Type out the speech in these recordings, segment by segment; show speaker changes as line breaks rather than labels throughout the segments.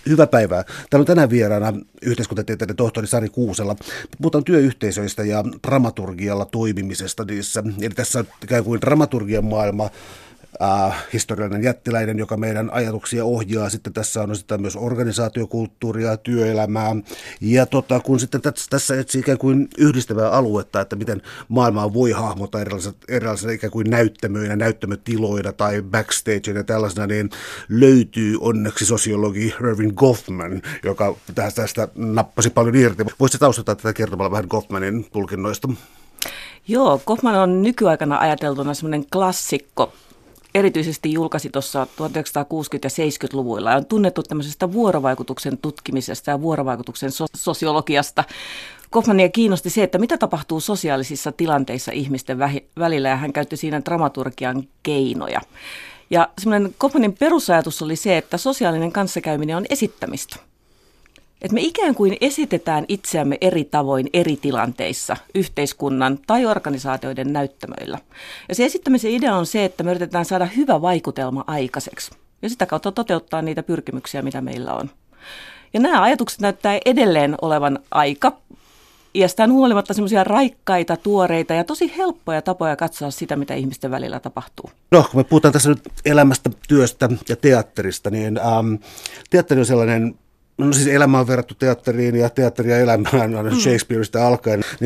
Hyvää päivää. Täällä on tänään vieraana yhteiskuntatieteiden tohtori Sari Kuusela. Puhutaan työyhteisöistä ja dramaturgialla toimimisesta niissä. Eli tässä on ikään kuin dramaturgian maailma, historiallinen jättiläinen, joka meidän ajatuksia ohjaa. Sitten tässä on sitten myös organisaatiokulttuuria, työelämää. Ja kun sitten tässä etsii ikään kuin yhdistävää aluetta, että miten maailmaa voi hahmottaa erilaisilla ikään kuin näyttämöinä, näyttämötiloina tai backstageina ja tällaisena, niin löytyy onneksi sosiologi Erving Goffman, joka tästä nappasi paljon irti. Voisitko taustata tätä kertomalla vähän Goffmanin tulkinnoista?
Joo, Goffman on nykyaikana ajateltuna semmoinen klassikko. Erityisesti julkaisi tuossa 1960- ja 70-luvuilla ja on tunnettu tämmöisestä vuorovaikutuksen tutkimisesta ja vuorovaikutuksen sosiologiasta. Goffmania kiinnosti se, että mitä tapahtuu sosiaalisissa tilanteissa ihmisten välillä, ja hän käytti siinä dramaturgian keinoja. Ja semmoinen Goffmanin perusajatus oli se, että sosiaalinen kanssakäyminen on esittämistä. Että me ikään kuin esitetään itseämme eri tavoin eri tilanteissa yhteiskunnan tai organisaatioiden näyttämöillä. Ja se esittämisen idea on se, että me yritetään saada hyvä vaikutelma aikaiseksi ja sitä kautta toteuttaa niitä pyrkimyksiä, mitä meillä on. Ja nämä ajatukset näyttää edelleen olevan aika iästään huolimatta semmoisia raikkaita, tuoreita ja tosi helppoja tapoja katsoa sitä, mitä ihmisten välillä tapahtuu.
No, kun me puhutaan tässä nyt elämästä, työstä ja teatterista, niin teatteri on sellainen. No siis elämä on verrattu teatteriin ja teatteria elämään Shakespeareista alkaen. Niin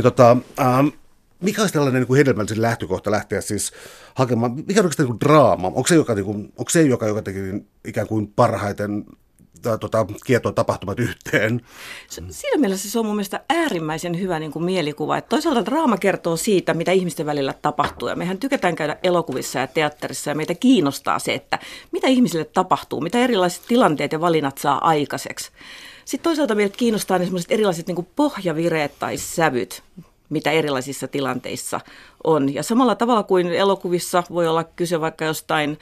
mikä olisi tällainen niin kuin hedelmällisen lähtökohta lähteä siis hakemaan, mikä on oikeastaan niin kuin draama? Onko se joka teki ikään kuin parhaiten kietoa tapahtumat yhteen?
Siinä mielessä se on mun mielestä äärimmäisen hyvä niin kuin mielikuva. Että toisaalta draama kertoo siitä, mitä ihmisten välillä tapahtuu. Ja mehän tykätään käydä elokuvissa ja teatterissa ja meitä kiinnostaa se, että mitä ihmisille tapahtuu, mitä erilaiset tilanteet ja valinnat saa aikaiseksi. Sitten toisaalta meidät kiinnostaa ne sellaiset erilaiset niin kuin pohjavireet tai sävyt, mitä erilaisissa tilanteissa on. Ja samalla tavalla kuin elokuvissa voi olla kyse vaikka jostain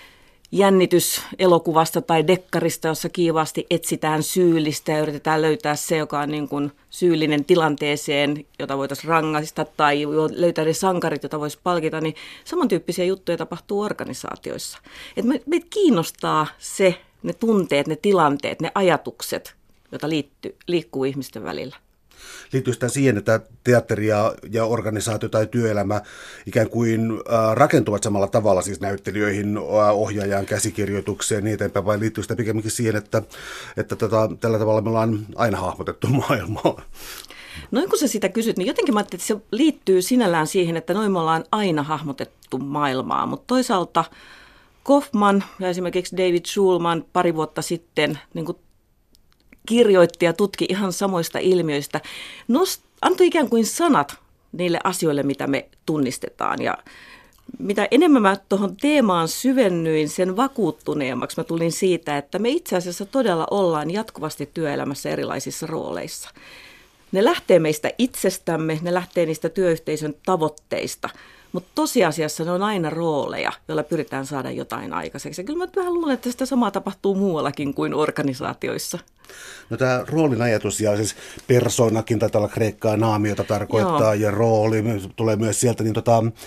jännityselokuvasta tai dekkarista, jossa kiivaasti etsitään syyllistä ja yritetään löytää se, joka on niin kuin syyllinen tilanteeseen, jota voitaisiin rangaista, tai löytää ne sankarit, jota voisi palkita, niin samantyyppisiä juttuja tapahtuu organisaatioissa. Et meitä kiinnostaa ne tunteet, ne tilanteet, ne ajatukset, joita liikkuu ihmisten välillä.
Liittyy sitä siihen, että teatteri ja organisaatio tai työelämä ikään kuin rakentuvat samalla tavalla siis näyttelijöihin, ohjaajaan, käsikirjoitukseen, niin eteenpäin, vai liittyy sitä pikemminkin siihen, että tällä tavalla me ollaan aina hahmotettu maailmaa?
Noin kun sä sitä kysyt, niin jotenkin mä ajattelin, että se liittyy sinällään siihen, että noin me ollaan aina hahmotettu maailmaa, mutta toisaalta Goffman ja esimerkiksi David Schulman pari vuotta sitten niin kuin kirjoitti ja tutki ihan samoista ilmiöistä, antoi ikään kuin sanat niille asioille, mitä me tunnistetaan. Ja mitä enemmän mä tuohon teemaan syvennyin, sen vakuuttuneemmaksi mä tulin siitä, että me itse asiassa todella ollaan jatkuvasti työelämässä erilaisissa rooleissa. Ne lähtee meistä itsestämme, ne lähtee niistä työyhteisön tavoitteista, mutta tosiasiassa ne on aina rooleja, joilla pyritään saada jotain aikaiseksi. Ja kyllä mä vähän luulen, että sitä samaa tapahtuu muuallakin kuin organisaatioissa.
No tämä roolin ajatus ja siis persoonakin taitaa olla kreikkaa naamiota tarkoittaa. Joo. Ja rooli tulee myös sieltä, niin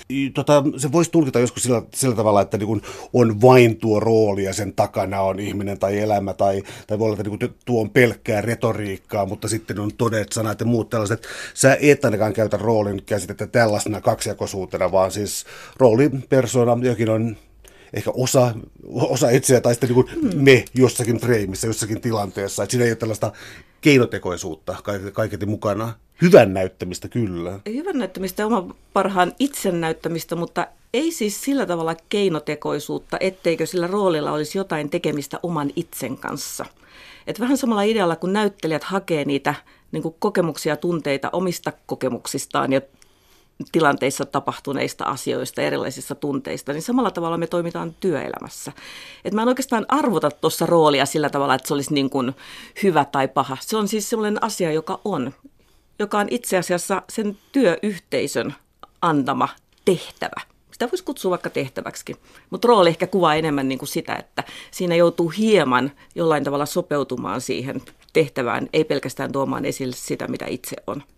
se voisi tulkita joskus sillä tavalla, että niin kun on vain tuo rooli ja sen takana on ihminen tai elämä tai voi olla, että niin tuo on pelkkää retoriikkaa, mutta sitten on todet, sanat ja muut tällaiset. Sä et ainakaan käytä roolin käsitettä tällaisena kaksijakoisuutena, vaan siis rooli, persoona, jokin on ehkä osa itseä tai sitten niin kuin me jossakin freimissä, jossakin tilanteessa. Että siinä ei ole tällaista keinotekoisuutta kaiketi mukana. Hyvän näyttämistä kyllä.
Hyvän näyttämistä ja oman parhaan itsen näyttämistä, mutta ei siis sillä tavalla keinotekoisuutta, etteikö sillä roolilla olisi jotain tekemistä oman itsen kanssa. Et vähän samalla idealla, kun näyttelijät hakee niitä niin kuin kokemuksia ja tunteita omista kokemuksistaan ja tilanteissa tapahtuneista asioista, erilaisista tunteista, niin samalla tavalla me toimitaan työelämässä. Et mä en oikeastaan arvota tuossa roolia sillä tavalla, että se olisi niin kuin hyvä tai paha. Se on siis sellainen asia, joka on itse asiassa sen työyhteisön antama tehtävä. Sitä voisi kutsua vaikka tehtäväksikin, mutta rooli ehkä kuvaa enemmän niin kuin sitä, että siinä joutuu hieman jollain tavalla sopeutumaan siihen tehtävään, ei pelkästään tuomaan esille sitä, mitä itse on.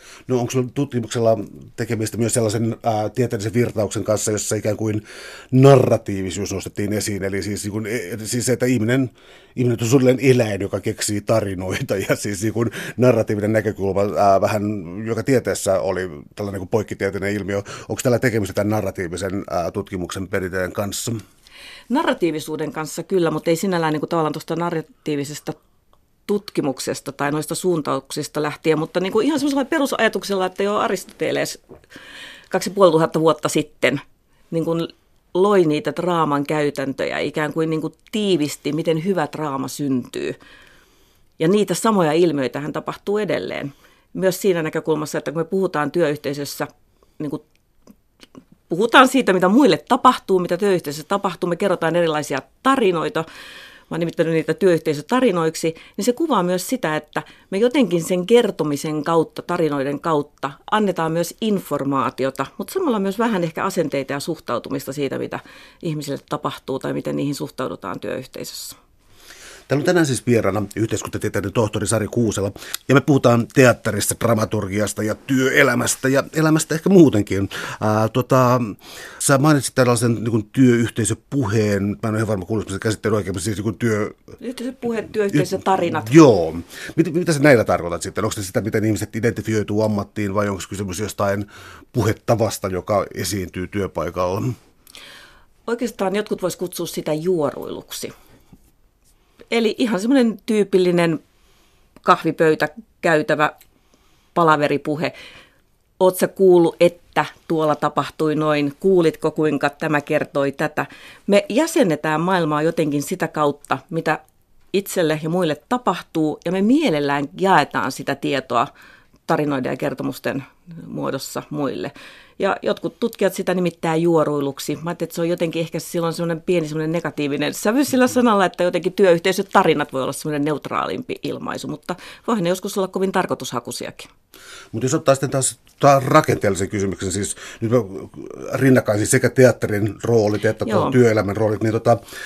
No onko sinulla tutkimuksella tekemistä myös sellaisen tieteellisen virtauksen kanssa, jossa ikään kuin narratiivisuus nostettiin esiin, eli siis, siis se, että ihminen on suunnilleen eläin, joka keksii tarinoita, ja siis narratiivinen näkökulma vähän, joka tieteessä oli tällainen kuin poikkitieteellinen ilmiö. Onko tällä tekemistä tämän narratiivisen tutkimuksen perinteen kanssa?
Narratiivisuuden kanssa kyllä, mutta ei sinällään niin kuin tavallaan tuosta narratiivisesta tutkimuksesta tai noista suuntauksista lähtien, mutta niin kuin ihan semmoisella perusajatuksella, että jo Aristoteles 2500 vuotta sitten niin kuin loi niitä draaman käytäntöjä, ikään kuin, tiivisti, miten hyvä draama syntyy. Ja niitä samoja ilmiöitähän tapahtuu edelleen. Myös siinä näkökulmassa, että kun me puhutaan työyhteisössä, niin kuin puhutaan siitä, mitä muille tapahtuu, mitä työyhteisössä tapahtuu, me kerrotaan erilaisia tarinoita, mä oon nimittänyt niitä työyhteisötarinoiksi, niin se kuvaa myös sitä, että me jotenkin sen kertomisen kautta, tarinoiden kautta annetaan myös informaatiota, mutta samalla myös vähän ehkä asenteita ja suhtautumista siitä, mitä ihmisille tapahtuu tai miten niihin suhtaudutaan työyhteisössä.
Täällä on tänään siis vieraana yhteiskuntatieteiden tohtori Sari Kuusela, ja me puhutaan teatterista, dramaturgiasta ja työelämästä ja elämästä ehkä muutenkin. Sä mainitsit tällaisen niin työyhteisöpuheen, mä en ole ihan varma kuulosta, käsitteen oikein, mutta siis
Yhteisöpuheet, työyhteisötarinat.
Joo. Mitä sä näillä tarkoitat sitten? Onko se sitä, miten ihmiset identifioituu ammattiin, vai onko kysymys jostain puhetavasta, joka esiintyy työpaikalla?
Oikeastaan jotkut vois kutsua sitä juoruiluksi. Eli ihan semmoinen tyypillinen kahvipöytä käytävä palaveripuhe. Oot sä kuullut, että tuolla tapahtui noin? Kuulitko, kuinka tämä kertoi tätä? Me jäsennetään maailmaa jotenkin sitä kautta, mitä itselle ja muille tapahtuu, ja me mielellään jaetaan sitä tietoa tarinoiden ja kertomusten muodossa muille. Ja jotkut tutkijat sitä nimittää juoruiluksi. Mä ajattelin, että se on jotenkin ehkä silloin semmoinen pieni semmoinen negatiivinen sävy sillä sanalla, että jotenkin työyhteisötarinat voi olla semmoinen neutraalimpi ilmaisu, mutta voihan ne joskus olla kovin tarkoitushakuisiakin. Mutta
jos ottaa sitten taas rakenteellisen kysymyksen, siis nyt rinnakkain siis sekä teatterin roolit että työelämän roolit, niin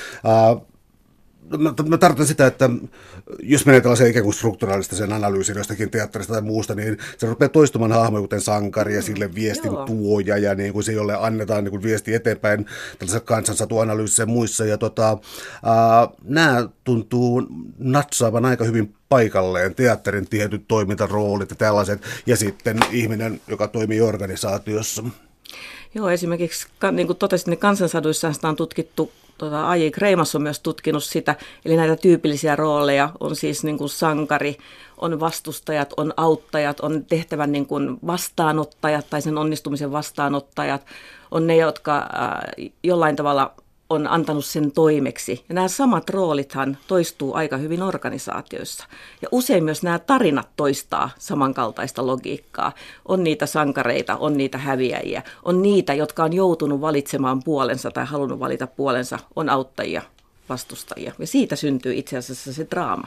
mä tarkoitan sitä, että jos menee tällaiseen ikään kuin strukturaalista sen analyysiin jostakin teatterista tai muusta, niin se rupeaa toistumaan hahmoja kuten sankari ja sille viestin tuoja ja niin kuin se, jolle annetaan niin kuin viesti eteenpäin tällaisessa kansansatuanalyysissa ja muissa. Ja nämä tuntuu natsaavan aika hyvin paikalleen, teatterin tietyt toimintaroolit ja tällaiset, ja sitten ihminen, joka toimii organisaatiossa.
Joo, esimerkiksi niin kuin totesin, niin kansansaduissa sitä on tutkittu. A.J. Greimas on myös tutkinut sitä, eli näitä tyypillisiä rooleja on siis niin kuin sankari, on vastustajat, on auttajat, on tehtävän niin kuin vastaanottajat tai sen onnistumisen vastaanottajat, on ne, jotka jollain tavalla on antanut sen toimeksi. Ja nämä samat roolithan toistuu aika hyvin organisaatioissa. Ja usein myös nämä tarinat toistaa samankaltaista logiikkaa. On niitä sankareita, on niitä häviäjiä, on niitä, jotka on joutunut valitsemaan puolensa tai halunnut valita puolensa, on auttajia, vastustajia. Ja siitä syntyy itse asiassa se draama.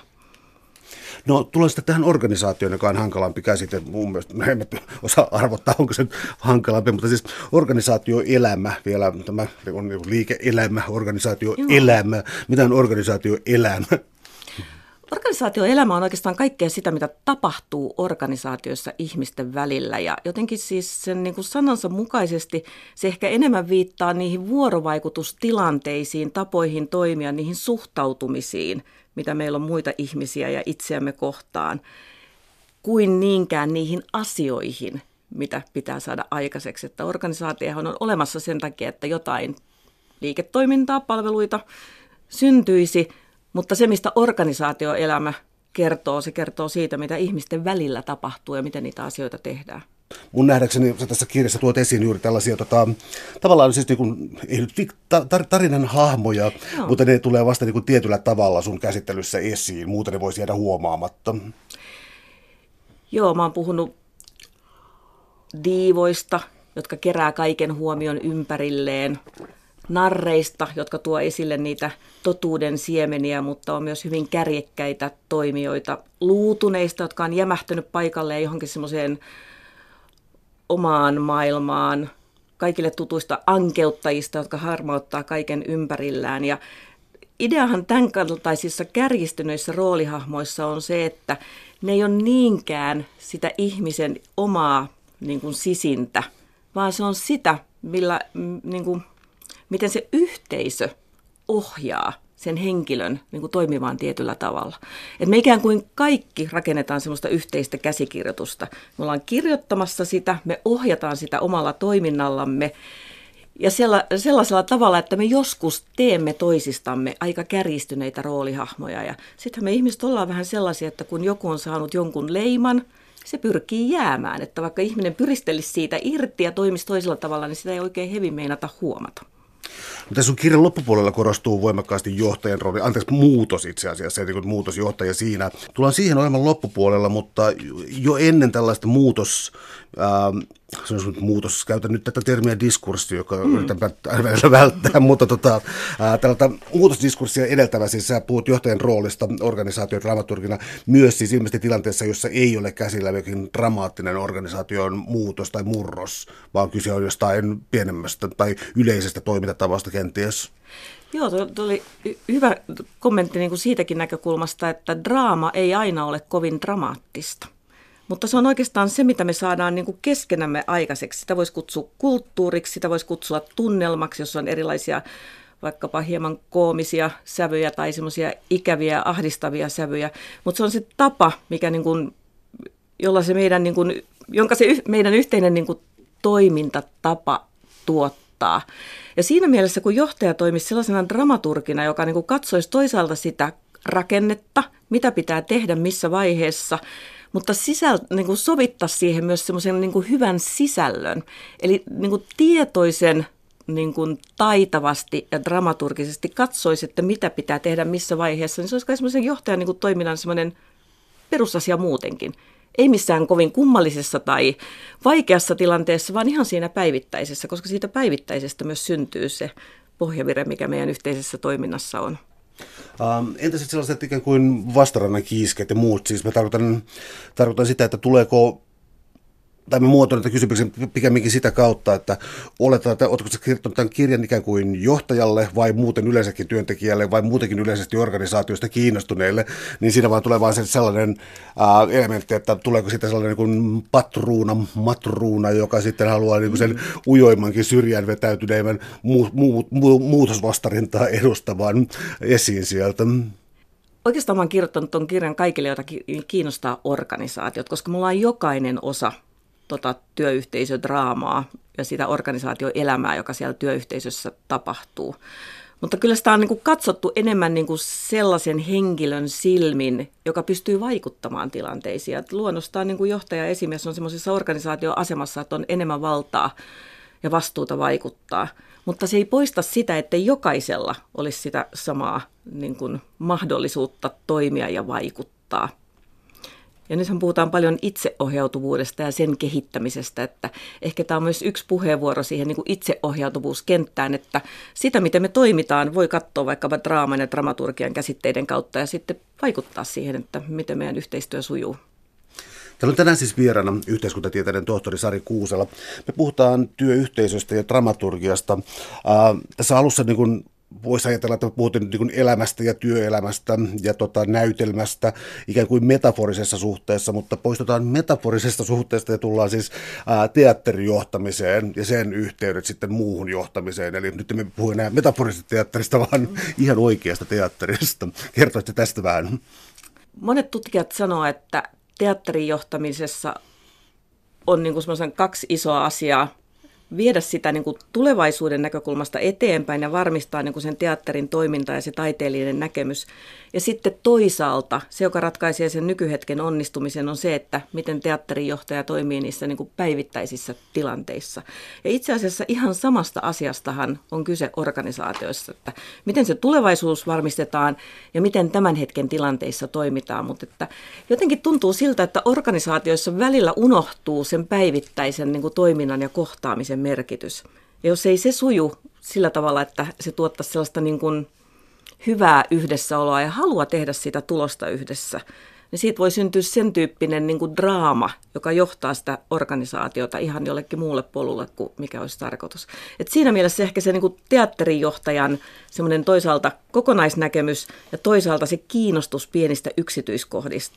No tulee sitten tähän organisaatioon, joka on hankalampi käsite. Mun mielestä mä en osaa arvottaa, onko se hankalampi, mutta siis organisaatioelämä vielä, tämä on liike-elämä, organisaatioelämä. Mitä on organisaatioelämä?
Organisaatioelämä on oikeastaan kaikkea sitä, mitä tapahtuu organisaatioissa ihmisten välillä ja jotenkin siis sen niin kuin sanansa mukaisesti se ehkä enemmän viittaa niihin vuorovaikutustilanteisiin, tapoihin toimia, niihin suhtautumisiin, mitä meillä on muita ihmisiä ja itseämme kohtaan, kuin niinkään niihin asioihin, mitä pitää saada aikaiseksi. Että organisaatiohan on olemassa sen takia, että jotain liiketoimintaa, palveluita syntyisi, mutta se, mistä organisaatioelämä kertoo, se kertoo siitä, mitä ihmisten välillä tapahtuu ja miten niitä asioita tehdään.
Mun nähdäkseni sä tässä kirjassa tuot esiin juuri tällaisia tavallaan siis niin kuin, ei nyt tarinan hahmoja, mutta ne tulee vasta niin kuin tietyllä tavalla sun käsittelyssä esiin, muuten ne voisi jäädä huomaamatta.
Joo, mä oon puhunut diivoista, jotka kerää kaiken huomion ympärilleen, narreista, jotka tuo esille niitä totuuden siemeniä, mutta on myös hyvin kärjekkäitä toimijoita, luutuneista, jotka on jämähtynyt paikalleen johonkin semmoiseen omaan maailmaan, kaikille tutuista ankeuttajista, jotka harmauttaa kaiken ympärillään. Ja ideahan tämän kaltaisissa kärjistyneissä roolihahmoissa on se, että ne ei ole niinkään sitä ihmisen omaa niin kuin sisintä, vaan se on sitä, miten se yhteisö ohjaa sen henkilön niin kuin toimimaan tietyllä tavalla. Et me ikään kuin kaikki rakennetaan semmoista yhteistä käsikirjoitusta. Me ollaan kirjoittamassa sitä, me ohjataan sitä omalla toiminnallamme ja sellaisella tavalla, että me joskus teemme toisistamme aika kärjistyneitä roolihahmoja. Ja sittenhän me ihmiset ollaan vähän sellaisia, että kun joku on saanut jonkun leiman, se pyrkii jäämään. Että vaikka ihminen pyristelisi siitä irti ja toimisi toisella tavalla, niin sitä ei oikein hevin meinata huomata.
Tässä sun kirjan loppupuolella korostuu voimakkaasti johtajan rooli, muutos itse asiassa, eli muutosjohtaja siinä. Tullaan siihen ohjelman loppupuolella, mutta jo ennen tällaista käytän nyt tätä termiä diskurssi, joka yritän välttää, mutta tällaista muutosdiskurssia edeltävä, siis sä puhut johtajan roolista organisaation dramaturgina, myös siis ilmeisesti tilanteessa, jossa ei ole käsillä jokin dramaattinen organisaation muutos tai murros, vaan kyse on jostain pienemmästä tai yleisestä toimintatavasta kenties.
Joo, tuo oli hyvä kommentti niin kuin siitäkin näkökulmasta, että draama ei aina ole kovin dramaattista. Mutta se on oikeastaan se, mitä me saadaan niin kuin keskenämme aikaiseksi. Sitä voisi kutsua kulttuuriksi, sitä voisi kutsua tunnelmaksi, jossa on erilaisia vaikkapa hieman koomisia sävyjä tai semmoisia ikäviä, ahdistavia sävyjä. Mutta se on se tapa, mikä niin kuin, jolla se meidän, niin kuin, jonka se meidän yhteinen niin kuin toimintatapa tuottaa. Ja siinä mielessä, kun johtaja toimisi sellaisena dramaturgina, joka niin kuin katsoisi toisaalta sitä rakennetta, mitä pitää tehdä missä vaiheessa, mutta niin kuin sovittaa siihen myös semmoisen niin kuin hyvän sisällön. Eli niin kuin tietoisen, niin kuin taitavasti ja dramaturgisesti katsoisi, että mitä pitää tehdä missä vaiheessa. Niin se olisi kai semmoisen johtajan niin kuin toiminnan semmoinen perusasia muutenkin. Ei missään kovin kummallisessa tai vaikeassa tilanteessa, vaan ihan siinä päivittäisessä, koska siitä päivittäisestä myös syntyy se pohjavire, mikä meidän yhteisessä toiminnassa on.
Entä sitten sellaiset ikään kuin vastarannan kiiskeet ja muut? Siis mä tarkoitan sitä, että tuleeko, tai mä muotoilen tämän kysymyksen pikemminkin sitä kautta, että oletaan, että oletko sä kirjoittanut tämän kirjan ikään kuin johtajalle vai muuten yleensäkin työntekijälle vai muutenkin yleisesti organisaatiosta kiinnostuneille, niin siinä vaan tulee vaan sellainen elementti, että tuleeko siitä sellainen niin kuin matruuna, joka sitten haluaa niin kuin sen ujoimmankin syrjään vetäytyneimmän muutosvastarintaa edustavan esiin sieltä.
Oikeastaan mä oon kirjoittanut tuon kirjan kaikille, joita kiinnostaa organisaatiot, koska mulla on jokainen osa työyhteisödraamaa ja sitä organisaatioelämää, joka siellä työyhteisössä tapahtuu. Mutta kyllä sitä on niin kuin katsottu enemmän niin kuin sellaisen henkilön silmin, joka pystyy vaikuttamaan tilanteisiin. Että luonnostaan niin kuin johtaja ja esimies on semmoisessa organisaatioasemassa, että on enemmän valtaa ja vastuuta vaikuttaa. Mutta se ei poista sitä, että jokaisella olisi sitä samaa niin kuin mahdollisuutta toimia ja vaikuttaa. Ja nythän puhutaan paljon itseohjautuvuudesta ja sen kehittämisestä, että ehkä tämä on myös yksi puheenvuoro siihen niin kuin itseohjautuvuuskenttään, että sitä, miten me toimitaan, voi katsoa vaikkapa draaman ja dramaturgian käsitteiden kautta ja sitten vaikuttaa siihen, että miten meidän yhteistyö sujuu.
Täällä on tänään siis vieraana yhteiskuntatieteiden tohtori Sari Kuusela. Me puhutaan työyhteisöstä ja dramaturgiasta. Tässä alussa niin kuin voisi ajatella, että puhutaan niin kuin elämästä ja työelämästä ja näytelmästä ikään kuin metaforisessa suhteessa, mutta poistutaan metaforisesta suhteesta ja tullaan siis teatterijohtamiseen ja sen yhteydet sitten muuhun johtamiseen. Eli nyt emme puhu enää metaforisesta teatterista, vaan ihan oikeasta teatterista. Kertoisitte tästä vähän.
Monet tutkijat sanoo, että teatterijohtamisessa on niin kuin semmoisen kaksi isoa asiaa. Viedä sitä niin kuin tulevaisuuden näkökulmasta eteenpäin ja varmistaa niin kuin sen teatterin toiminta ja se taiteellinen näkemys. Ja sitten toisaalta se, joka ratkaisee sen nykyhetken onnistumisen, on se, että miten teatterijohtaja toimii niissä niin kuin päivittäisissä tilanteissa. Ja itse asiassa ihan samasta asiastahan on kyse organisaatioissa, että miten se tulevaisuus varmistetaan ja miten tämän hetken tilanteissa toimitaan. Mutta että jotenkin tuntuu siltä, että organisaatioissa välillä unohtuu sen päivittäisen niin kuin toiminnan ja kohtaamisen merkitys. Ja jos ei se suju sillä tavalla, että se tuottaisi sellaista niin kuin hyvää yhdessäoloa ja halua tehdä sitä tulosta yhdessä, niin siitä voi syntyä sen tyyppinen niin kuin draama, joka johtaa sitä organisaatiota ihan jollekin muulle polulle kuin mikä olisi tarkoitus. Et siinä mielessä ehkä se niin kuin teatterijohtajan semmoinen toisaalta kokonaisnäkemys ja toisaalta se kiinnostus pienistä yksityiskohdista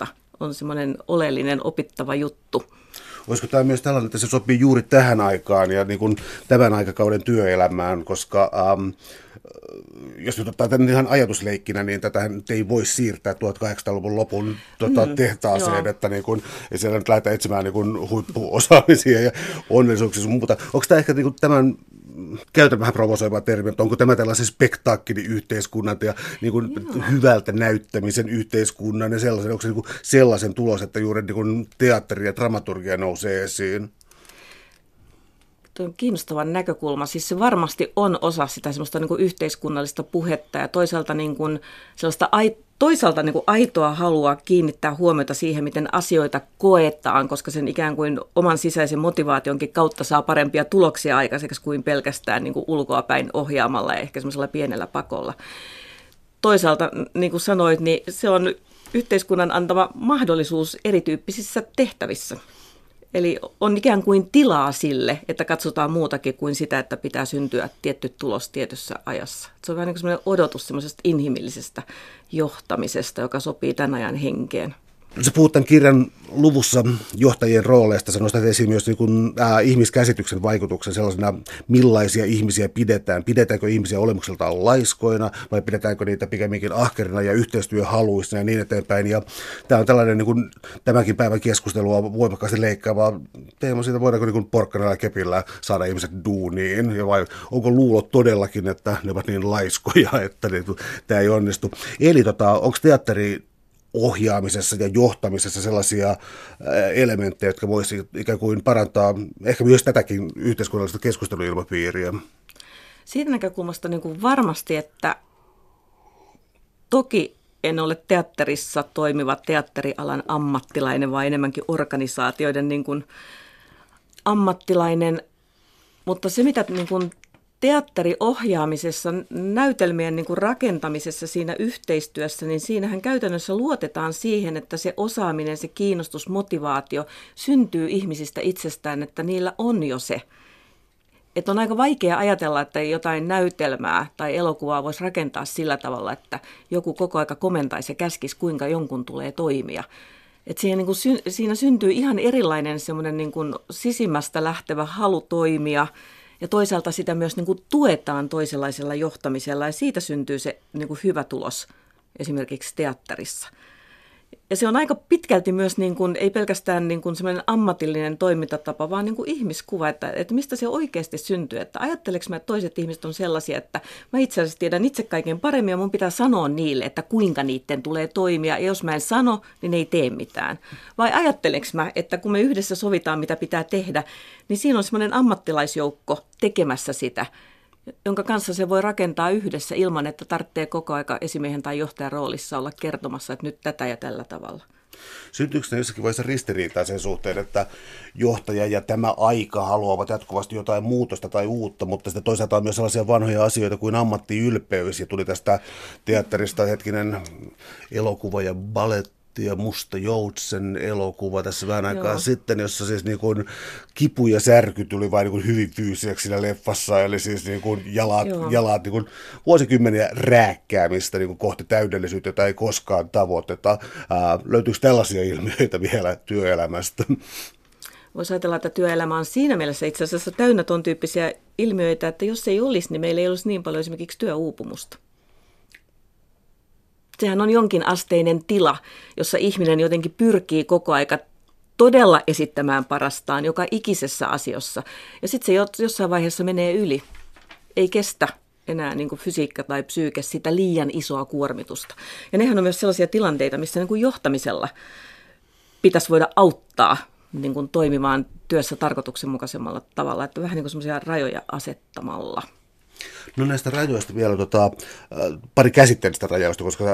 on semmoinen oleellinen opittava juttu.
Olisiko tämä myös tällainen, että se sopii juuri tähän aikaan ja niin kuin tämän aikakauden työelämään, koska jos nyt ottaa tämän ihan ajatusleikkinä, niin tätä ei voi siirtää 1800-luvun lopun tehtaaseen, että niin kuin, ei siellä nyt lähdetä etsimään niin kuin huippuosaamisia ja onnellisuuksia sun muuta. Onko tämä ehkä niin kuin tämän, käytän vähän provosoivaa termiä, että onko tämä tällaisen spektaakkeliyhteiskunnan ja niin kuin hyvältä näyttämisen yhteiskunnan ja sellaisen, onko se niin kuin sellaisen tulos, että juuri niin kuin teatteri ja dramaturgia nousee esiin?
Tuo on kiinnostava näkökulma. Siis se varmasti on osa sitä semmoista niin kuin yhteiskunnallista puhetta ja toisaalta, niin kuin sellaista toisaalta niin kuin aitoa halua kiinnittää huomiota siihen, miten asioita koetaan, koska sen ikään kuin oman sisäisen motivaationkin kautta saa parempia tuloksia aikaiseksi kuin pelkästään niin kuin ulkoapäin ohjaamalla ja ehkä semmoisella pienellä pakolla. Toisaalta, niin kuin sanoit, niin se on yhteiskunnan antama mahdollisuus erityyppisissä tehtävissä. Eli on ikään kuin tilaa sille, että katsotaan muutakin kuin sitä, että pitää syntyä tietty tulos tietyssä ajassa. Se on vähän niin kuin sellainen odotus semmoisesta inhimillisestä johtamisesta, joka sopii tämän ajan henkeen.
Sä puhut tämän kirjan luvussa johtajien rooleista, sä nostat esiin myös niin kuin, ihmiskäsityksen vaikutuksen sellaisena, millaisia ihmisiä pidetään. Pidetäänkö ihmisiä olemukseltaan laiskoina vai pidetäänkö niitä pikemminkin ahkerina ja yhteistyöhaluisina ja niin eteenpäin. Ja tämä on tällainen niin kuin, tämänkin päivän keskustelua voimakkaasti leikkaava teema siitä, voidaanko niin kuin porkkanalla ja kepillä saada ihmiset duuniin vai onko luulot todellakin, että ne ovat niin laiskoja, että tämä ei onnistu. Eli onko teatteri ohjaamisessa ja johtamisessa sellaisia elementtejä, jotka voisi ikään kuin parantaa ehkä myös tätäkin yhteiskunnallista keskusteluilmapiiriä?
Siitä näkökulmasta niin kuin varmasti, että toki en ole teatterissa toimiva teatterialan ammattilainen, vaan enemmänkin organisaatioiden niin kuin ammattilainen, mutta se mitä niin kuin teatteriohjaamisessa, näytelmien niin kuin rakentamisessa, siinä yhteistyössä, niin siinähän käytännössä luotetaan siihen, että se osaaminen, se kiinnostus, motivaatio syntyy ihmisistä itsestään, että niillä on jo se. Että on aika vaikea ajatella, että jotain näytelmää tai elokuvaa voisi rakentaa sillä tavalla, että joku koko aika komentaisi ja käskisi, kuinka jonkun tulee toimia. Että siinä syntyy ihan erilainen semmoinen niin kuin sisimmästä lähtevä halu toimia, ja toisaalta sitä myös niin kuin tuetaan toisenlaisella johtamisella ja siitä syntyy se niin kuin hyvä tulos esimerkiksi teatterissa. Ja se on aika pitkälti myös niin kuin, ei pelkästään niin kuin semmoinen ammatillinen toimintatapa, vaan niin kuin ihmiskuva, että mistä se oikeasti syntyy. Että ajatteleks mä, että toiset ihmiset on sellaisia, että mä itse asiassa tiedän itse kaiken paremmin ja mun pitää sanoa niille, että kuinka niiden tulee toimia. Ja jos mä en sano, niin ne ei tee mitään. Vai ajatteleks mä, että kun me yhdessä sovitaan, mitä pitää tehdä, niin siinä on semmoinen ammattilaisjoukko tekemässä sitä, jonka kanssa se voi rakentaa yhdessä ilman, että tarvitsee koko aika esimiehen tai johtajan roolissa olla kertomassa, että nyt tätä ja tällä tavalla.
Syntyykö ne jossakin vaiheessa ristiriitaa sen suhteen, että johtaja ja tämä aika haluavat jatkuvasti jotain muutosta tai uutta, mutta sitten toisaalta on myös sellaisia vanhoja asioita kuin ammattiylpeys, ja tuli tästä teatterista hetkinen elokuva ja balletti ja Musta Joutsen elokuva tässä vähän aikaa sitten, jossa siis niin kuin kipu ja särky tuli vain niin kuin hyvin fyysiseksi siinä leffassa, eli siis niin kuin jalat niin kuin vuosikymmeniä rääkkäämistä niin kuin kohti täydellisyyttä, jota ei koskaan tavoiteta. Löytyykö tällaisia ilmiöitä vielä työelämästä?
Voisi ajatella, että työelämä on siinä mielessä itse asiassa täynnä ton tyyppisiä ilmiöitä, että jos ei olisi, niin meillä ei olisi niin paljon esimerkiksi työuupumusta. Sehän on jonkin asteinen tila, jossa ihminen jotenkin pyrkii koko aika todella esittämään parastaan joka ikisessä asiassa. Ja sitten se jossain vaiheessa menee yli. Ei kestä enää niin kuin fysiikka tai psyyke sitä liian isoa kuormitusta. Ja nehän on myös sellaisia tilanteita, missä niin kuin johtamisella pitäisi voida auttaa niin kuin toimimaan työssä tarkoituksenmukaisemmalla tavalla. Että vähän niin kuin semmoisia rajoja asettamalla.
No näistä rajoista vielä pari käsitteellistä rajoista, koska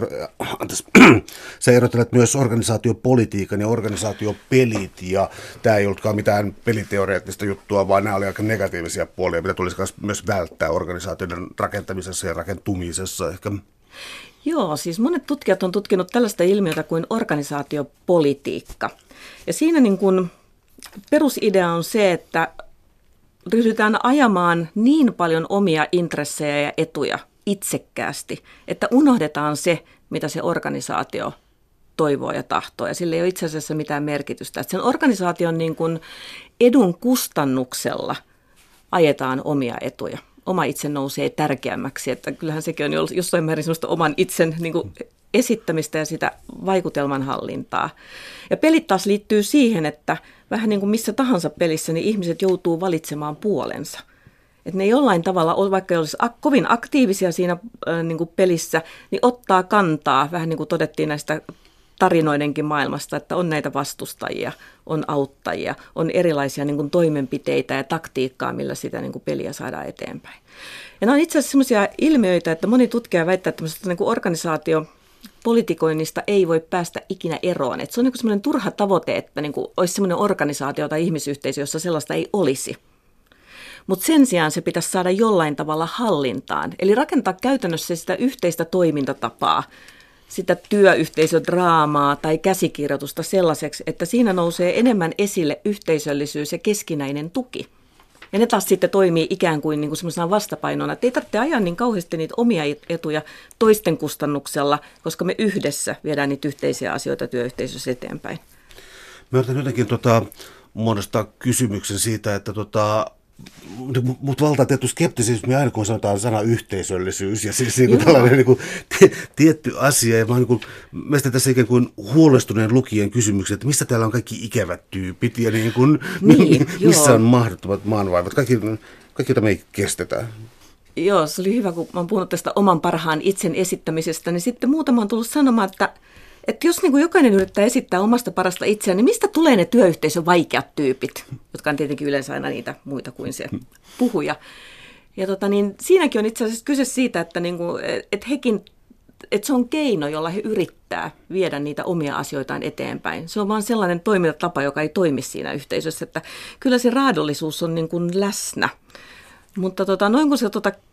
sä erottelet myös organisaatiopolitiikan ja organisaatiopelit, ja tämä ei ollutkaan mitään peliteoreettista juttua, vaan nämä oli aika negatiivisia puolia, mitä tulisi myös välttää organisaatioiden rakentamisessa ja rakentumisessa ehkä.
Joo, siis monet tutkijat on tutkinut tällaista ilmiötä kuin organisaatiopolitiikka. Ja siinä niin kuin perusidea on se, että ryhdytään ajamaan niin paljon omia intressejä ja etuja itsekkäästi, että unohdetaan se, mitä se organisaatio toivoa ja tahtoa, ja sillä ei ole itse asiassa mitään merkitystä. Että sen organisaation niin kuin edun kustannuksella ajetaan omia etuja. Oma itse nousee tärkeämmäksi, että kyllähän sekin on jossain määrin sellaista oman itsen niin kuin esittämistä ja sitä vaikutelman hallintaa. Ja pelit taas liittyy siihen, että vähän niin kuin missä tahansa pelissä, niin ihmiset joutuu valitsemaan puolensa. Että ne jollain tavalla, vaikka ei olisi kovin aktiivisia siinä niin kuin pelissä, niin ottaa kantaa, vähän niin kuin todettiin näistä tarinoidenkin maailmasta, että on näitä vastustajia, on auttajia, on erilaisia niin kuin toimenpiteitä ja taktiikkaa, millä sitä niin kuin peliä saadaan eteenpäin. Ja nämä on itse asiassa sellaisia ilmiöitä, että moni tutkija väittää, että tämmöisestä niin kuin organisaatiopolitikoinnista ei voi päästä ikinä eroon. Että se on niin kuin semmoinen turha tavoite, että niin kuin olisi semmoinen organisaatio tai ihmisyhteisö, jossa sellaista ei olisi. Mutta sen sijaan se pitäisi saada jollain tavalla hallintaan, eli rakentaa käytännössä sitä yhteistä toimintatapaa, sitä työyhteisödraamaa tai käsikirjoitusta sellaiseksi, että siinä nousee enemmän esille yhteisöllisyys ja keskinäinen tuki. Ja ne taas sitten toimii ikään kuin semmoisena vastapainona, että ei tarvitse ajaa niin kauheasti niitä omia etuja toisten kustannuksella, koska me yhdessä viedään niitä yhteisiä asioita työyhteisössä eteenpäin.
Mä yritän jotenkin muodostaa kysymyksen siitä, että mutta valtaa tietty skeptisismi aina, kun sanotaan sana yhteisöllisyys ja siis niin kuin tällainen niin kuin tietty asia. Ja mä mielestäni tässä ikään kuin huolestuneen lukijan kysymykset, että mistä täällä on kaikki ikävät tyypit ja niin kuin, missä on mahdottomat maanvaivat. Kaikki, jota me ei kestetä.
Joo, se oli hyvä, kun mä oon puhunut tästä oman parhaan itsen esittämisestä, niin sitten muutama on tullut sanomaan, että jos niin kuin jokainen yrittää esittää omasta parasta itseään, niin mistä tulee ne työyhteisön vaikeat tyypit, jotka on tietenkin yleensä aina niitä muita kuin se puhuja. Ja niin siinäkin on itse asiassa kyse siitä, että että se on keino, jolla he yrittää viedä niitä omia asioitaan eteenpäin. Se on vaan sellainen toimintatapa, joka ei toimi siinä yhteisössä, että kyllä se raadollisuus on niin kuin läsnä. Mutta noin kun sä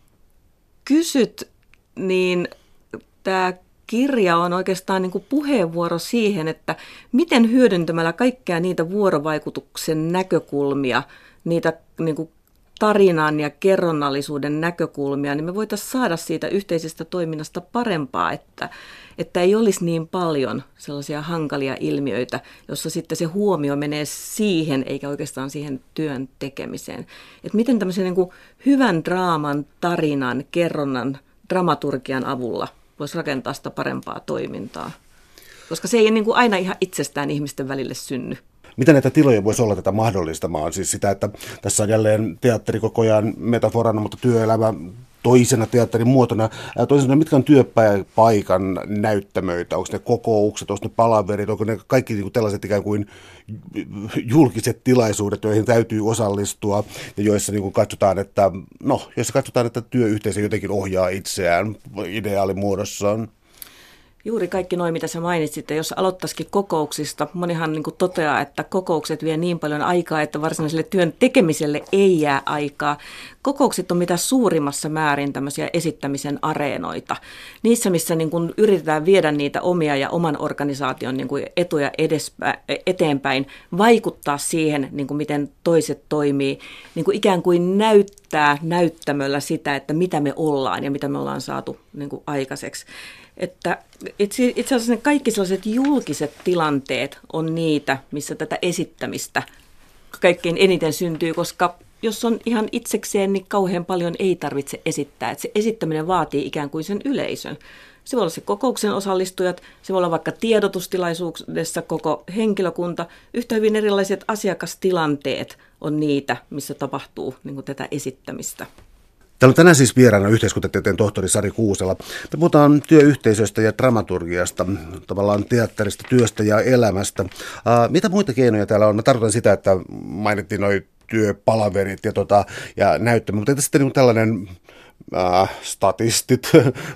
kysyt, niin tämä kirja on oikeastaan niin kuin puheenvuoro siihen, että miten hyödyntämällä kaikkia niitä vuorovaikutuksen näkökulmia, niitä niin kuin tarinan ja kerronnallisuuden näkökulmia, niin me voitaisiin saada siitä yhteisestä toiminnasta parempaa, että ei olisi niin paljon sellaisia hankalia ilmiöitä, jossa sitten se huomio menee siihen, eikä oikeastaan siihen työn tekemiseen. Että miten tämmöisen niin kuin hyvän draaman, tarinan, kerronnan, dramaturgian avulla voisi rakentaa sitä parempaa toimintaa, koska se ei niin kuin aina ihan itsestään ihmisten välille synny.
Mitä näitä tiloja voisi olla tätä mahdollistamaan? Siis sitä, että tässä on jälleen teatteri koko ajan metaforana, mutta työelämä toisena teatterin muotona. Toisena, mitkä on työpaikan näyttämöitä? Onko ne kokoukset, onko ne palaverit, onko ne kaikki niin kuin tällaiset ikään kuin julkiset tilaisuudet, joihin täytyy osallistua ja joissa niin kuin katsotaan, että työyhteisö jotenkin ohjaa itseään ideaalimuodossaan?
Juuri kaikki noin, mitä sä mainitsit, jos aloittaisikin kokouksista, monihan niin kuin toteaa, että kokoukset vie niin paljon aikaa, että varsinaiselle työn tekemiselle ei jää aikaa. Kokoukset on mitä suurimmassa määrin tämmöisiä esittämisen areenoita. Niissä, missä niin kuin yritetään viedä niitä omia ja oman organisaation niin kuin etuja eteenpäin, vaikuttaa siihen, niin kuin miten toiset toimii, niin kuin ikään kuin näyttää näyttämöllä sitä, että mitä me ollaan ja mitä me ollaan saatu niin kuin aikaiseksi. Että itse asiassa ne kaikki sellaiset julkiset tilanteet on niitä, missä tätä esittämistä kaikkein eniten syntyy, koska jos on ihan itsekseen, niin kauhean paljon ei tarvitse esittää. Että se esittäminen vaatii ikään kuin sen yleisön. Se voi olla se kokouksen osallistujat, se voi olla vaikka tiedotustilaisuudessa koko henkilökunta. Yhtä hyvin erilaiset asiakastilanteet on niitä, missä tapahtuu niin kuin tätä esittämistä.
Täällä on tänään siis vieraana yhteiskuntatieteen tohtori Sari Kuusela. Me puhutaan työyhteisöstä ja dramaturgiasta, tavallaan teatterista, työstä ja elämästä. Mitä muita keinoja täällä on? Mä tarkoitan sitä, että mainittiin nuo työpalaverit ja näyttämö, mutta sitten niin tällainen statistit,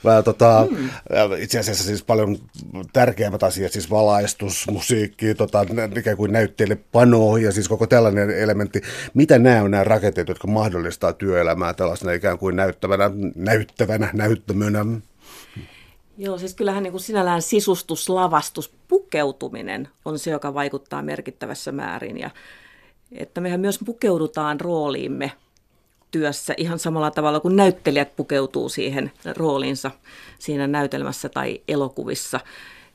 itse asiassa siis paljon tärkeämmät asiat, siis valaistus, musiikki, ikään kuin näytteille pano ja siis koko tällainen elementti. Mitä nämä on nämä rakenteet, jotka mahdollistaa työelämää tällaisena ikään kuin näyttämönä?
Joo, siis kyllähän niin kuin sinällään sisustus, lavastus, pukeutuminen on se, joka vaikuttaa merkittävässä määrin ja että mehän myös pukeudutaan rooliimme työssä ihan samalla tavalla kuin näyttelijät pukeutuu siihen rooliinsa siinä näytelmässä tai elokuvissa.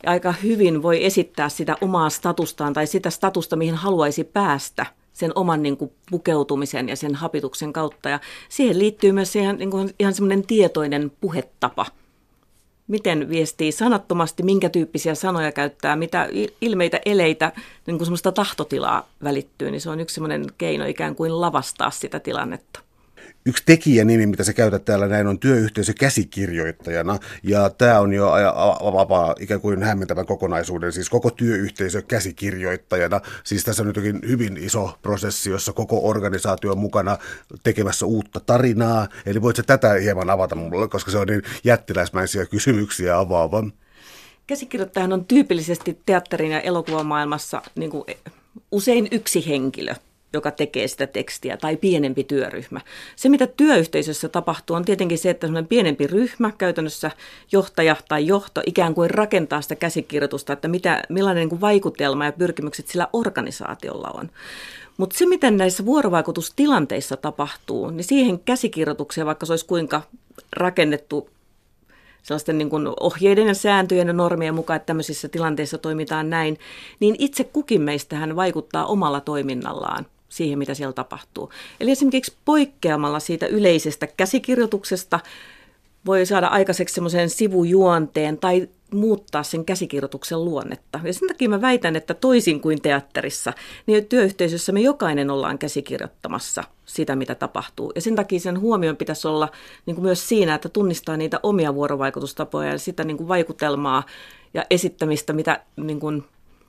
ja aika hyvin voi esittää sitä omaa statustaan tai sitä statusta, mihin haluaisi päästä sen oman niin kuin pukeutumisen ja sen hapituksen kautta. Ja siihen liittyy myös siihen, niin kuin ihan semmoinen tietoinen puhetapa. Miten viestii sanattomasti, minkä tyyppisiä sanoja käyttää, mitä ilmeitä, eleitä, niin kuin semmoista tahtotilaa välittyy, niin se on yksi semmoinen keino ikään kuin lavastaa sitä tilannetta.
Yksi tekijänimi, mitä sä käytät täällä näin, on työyhteisö käsikirjoittajana, ja tämä on jo avaa ikään kuin hämmentävän kokonaisuuden, siis koko työyhteisö käsikirjoittajana. Siis tässä on nyt hyvin iso prosessi, jossa koko organisaatio on mukana tekemässä uutta tarinaa. Eli voit sä tätä hieman avata mulle, koska se on niin jättiläismäisiä kysymyksiä avaava.
Käsikirjoittajahan on tyypillisesti teatterin ja elokuvamaailmassa niin kuin usein yksi henkilö, joka tekee sitä tekstiä, tai pienempi työryhmä. Se, mitä työyhteisössä tapahtuu, on tietenkin se, että semmoinen pienempi ryhmä, käytännössä johtaja tai johto, ikään kuin rakentaa sitä käsikirjoitusta, että millainen niin kuin vaikutelma ja pyrkimykset sillä organisaatiolla on. Mutta se, miten näissä vuorovaikutustilanteissa tapahtuu, niin siihen käsikirjoitukseen, vaikka se olisi kuinka rakennettu sellaisten niin kuin ohjeiden ja sääntöjen ja normien mukaan, että tämmöisissä tilanteissa toimitaan näin, niin itse kukin meistähän vaikuttaa omalla toiminnallaan siihen, mitä siellä tapahtuu. Eli esimerkiksi poikkeamalla siitä yleisestä käsikirjoituksesta voi saada aikaiseksi semmoisen sivujuonteen tai muuttaa sen käsikirjoituksen luonnetta. Ja sen takia mä väitän, että toisin kuin teatterissa, niin työyhteisössä me jokainen ollaan käsikirjoittamassa sitä, mitä tapahtuu. Ja sen takia sen huomion pitäisi olla niin kuin myös siinä, että tunnistaa niitä omia vuorovaikutustapoja ja sitä niin kuin vaikutelmaa ja esittämistä, mitä niin kuin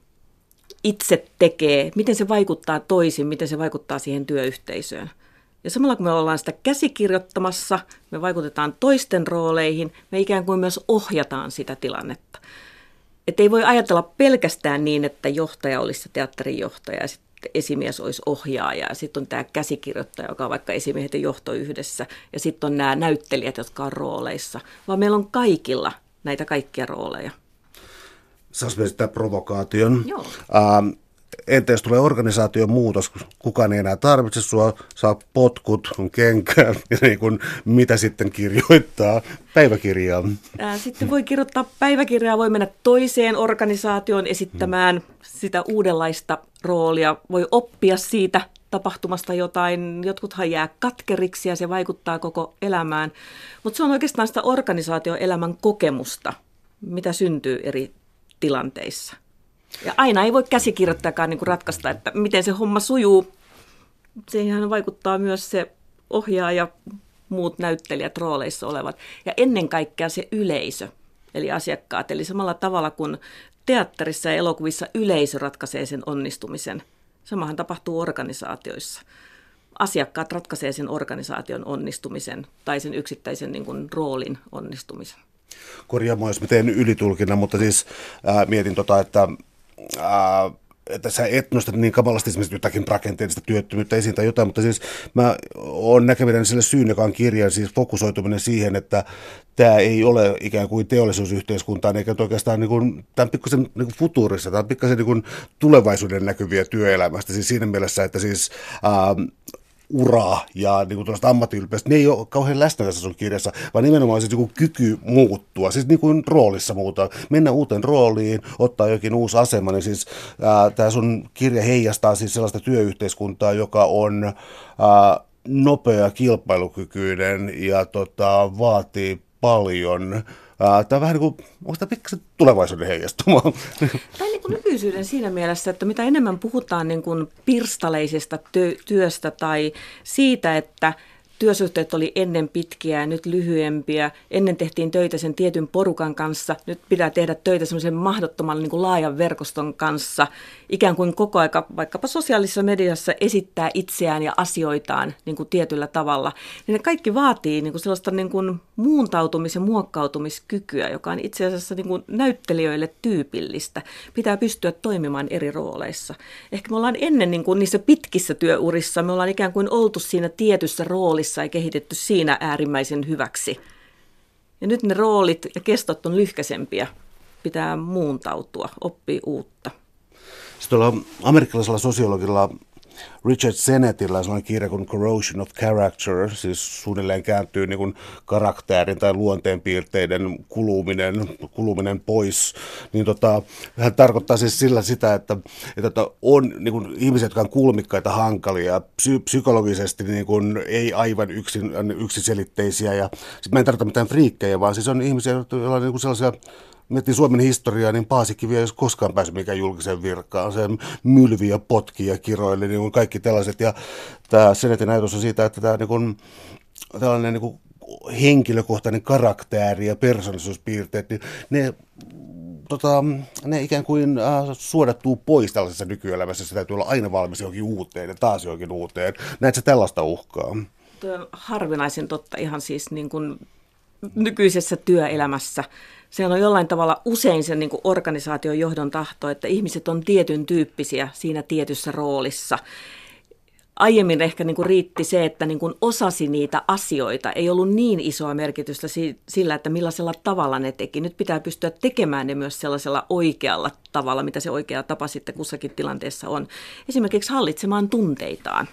itse tekee, miten se vaikuttaa toisin, miten se vaikuttaa siihen työyhteisöön. Ja samalla kun me ollaan sitä käsikirjoittamassa, me vaikutetaan toisten rooleihin, me ikään kuin myös ohjataan sitä tilannetta. Että ei voi ajatella pelkästään niin, että johtaja olisi se teatterin johtaja ja sitten esimies olisi ohjaaja ja sitten on tämä käsikirjoittaja, joka on vaikka esimiehet ja johto yhdessä ja sitten on nämä näyttelijät, jotka on rooleissa, vaan meillä on kaikilla näitä kaikkia rooleja.
Saanko me sitä provokaation?
Joo.
Entä jos tulee organisaation muutos, kukaan ei enää tarvitse sua, saa potkut, on kenkää, ja niin kuin, mitä sitten kirjoittaa päiväkirjaa?
Sitten voi kirjoittaa päiväkirjaa, voi mennä toiseen organisaatioon esittämään sitä uudenlaista roolia, voi oppia siitä tapahtumasta jotain, jotkuthan jää katkeriksi ja se vaikuttaa koko elämään, mutta se on oikeastaan sitä organisaatioelämän kokemusta, mitä syntyy eri tilanteissa. Ja aina ei voi käsikirjoittajakaan niin kuin ratkaista, että miten se homma sujuu. Siihen vaikuttaa myös se ohjaaja ja muut näyttelijät rooleissa olevat. Ja ennen kaikkea se yleisö, eli asiakkaat. Eli samalla tavalla kuin teatterissa ja elokuvissa yleisö ratkaisee sen onnistumisen. Samahan tapahtuu organisaatioissa. Asiakkaat ratkaisee sen organisaation onnistumisen tai sen yksittäisen niin kuin roolin onnistumisen.
Korjaa mua, jos mä teen ylitulkinnan, mutta siis mietin että sä et nosta niin kamalasti esimerkiksi jotakin rakenteellista työttömyyttä esiin tai jotain, mutta siis mä oon näkevinäni sille syyn, joka on kirjan, siis fokusoituminen siihen, että tämä ei ole ikään kuin teollisuusyhteiskuntaan, eikä oikeastaan niin kuin, tämä on pikkusen niin kuin futuurissa, tämä on pikkusen niin kuin tulevaisuuden näkyviä työelämästä, siis siinä mielessä, että siis uraa ja niin kuin ammattiylpeistä, ne ei ole kauhean läsnä tässä sun kirjassa, vaan nimenomaan siis niin kyky muuttua, siis niin kuin roolissa muuta, mennä uuteen rooliin, ottaa jokin uusi asema, niin siis tämä sun kirja heijastaa siis sellaista työyhteiskuntaa, joka on nopea, kilpailukykyinen ja vaatii paljon. Tämä on vähän niin kuin, onko tämä pikkasen tulevaisuuden heijastuma?
Tai niin kuin nykyisyyden siinä mielessä, että mitä enemmän puhutaan niin kuin pirstaleisesta työstä tai siitä, että työsuhteet oli ennen pitkiä ja nyt lyhyempiä. Ennen tehtiin töitä sen tietyn porukan kanssa. Nyt pitää tehdä töitä semmoisen mahdottoman niin kuin laajan verkoston kanssa. Ikään kuin koko aika vaikkapa sosiaalisessa mediassa esittää itseään ja asioitaan niin kuin tietyllä tavalla. Niin ne kaikki vaatii niin kuin sellaista niin kuin muuntautumis- ja muokkautumiskykyä, joka on itse asiassa niin kuin näyttelijöille tyypillistä. Pitää pystyä toimimaan eri rooleissa. Ehkä me ollaan ennen niin kuin niissä pitkissä työurissa, me ollaan ikään kuin oltu siinä tietyssä roolissa ja kehitetty siinä äärimmäisen hyväksi. Ja nyt ne roolit ja kestot on lyhkäisempiä. Pitää muuntautua, oppia uutta.
Sitten tuolla amerikkalaisella sosiologilla Richard Sennettillä on sellainen kirja kuin Corrosion of Character, siis suunnilleen kääntyy niin kuin karakterin tai luonteenpiirteiden kuluminen pois. Niin hän tarkoittaa siis sillä sitä, että on niin kuin ihmisiä, jotka on kulmikkaita, hankalia, psykologisesti niin kuin ei aivan yksiselitteisiä. Ja mä en tarkoita mitään friikkejä, vaan siis on ihmisiä, joilla on niin kuin sellaisia. Miettii Suomen historiaa, niin Paasikivi ei olisi koskaan päässyt mikään julkiseen virkaan. Se mylvi ja potki ja kiroili, niin kuin kaikki tällaiset. Ja tämä Sennetin ajatus on siitä, että tämä niin kuin, tällainen niin kuin henkilökohtainen karakteri ja persoonallisuuspiirteet, niin ne ikään kuin suodattuu pois tällaisessa nykyelämässä. Se täytyy olla aina valmis johonkin uuteen ja taas johonkin uuteen. Näetkö tällaista uhkaa?
Tuo on harvinaisen totta ihan siis niin kuin nykyisessä työelämässä. Se on jollain tavalla usein sen niin kuin organisaation johdon tahto, että ihmiset on tietyn tyyppisiä siinä tietyssä roolissa. Aiemmin ehkä niin kuin riitti se, että niin kuin osasi niitä asioita. Ei ollut niin isoa merkitystä sillä, että millaisella tavalla ne teki. Nyt pitää pystyä tekemään ne myös sellaisella oikealla tavalla, mitä se oikea tapa sitten kussakin tilanteessa on. Esimerkiksi hallitsemaan tunteitaan.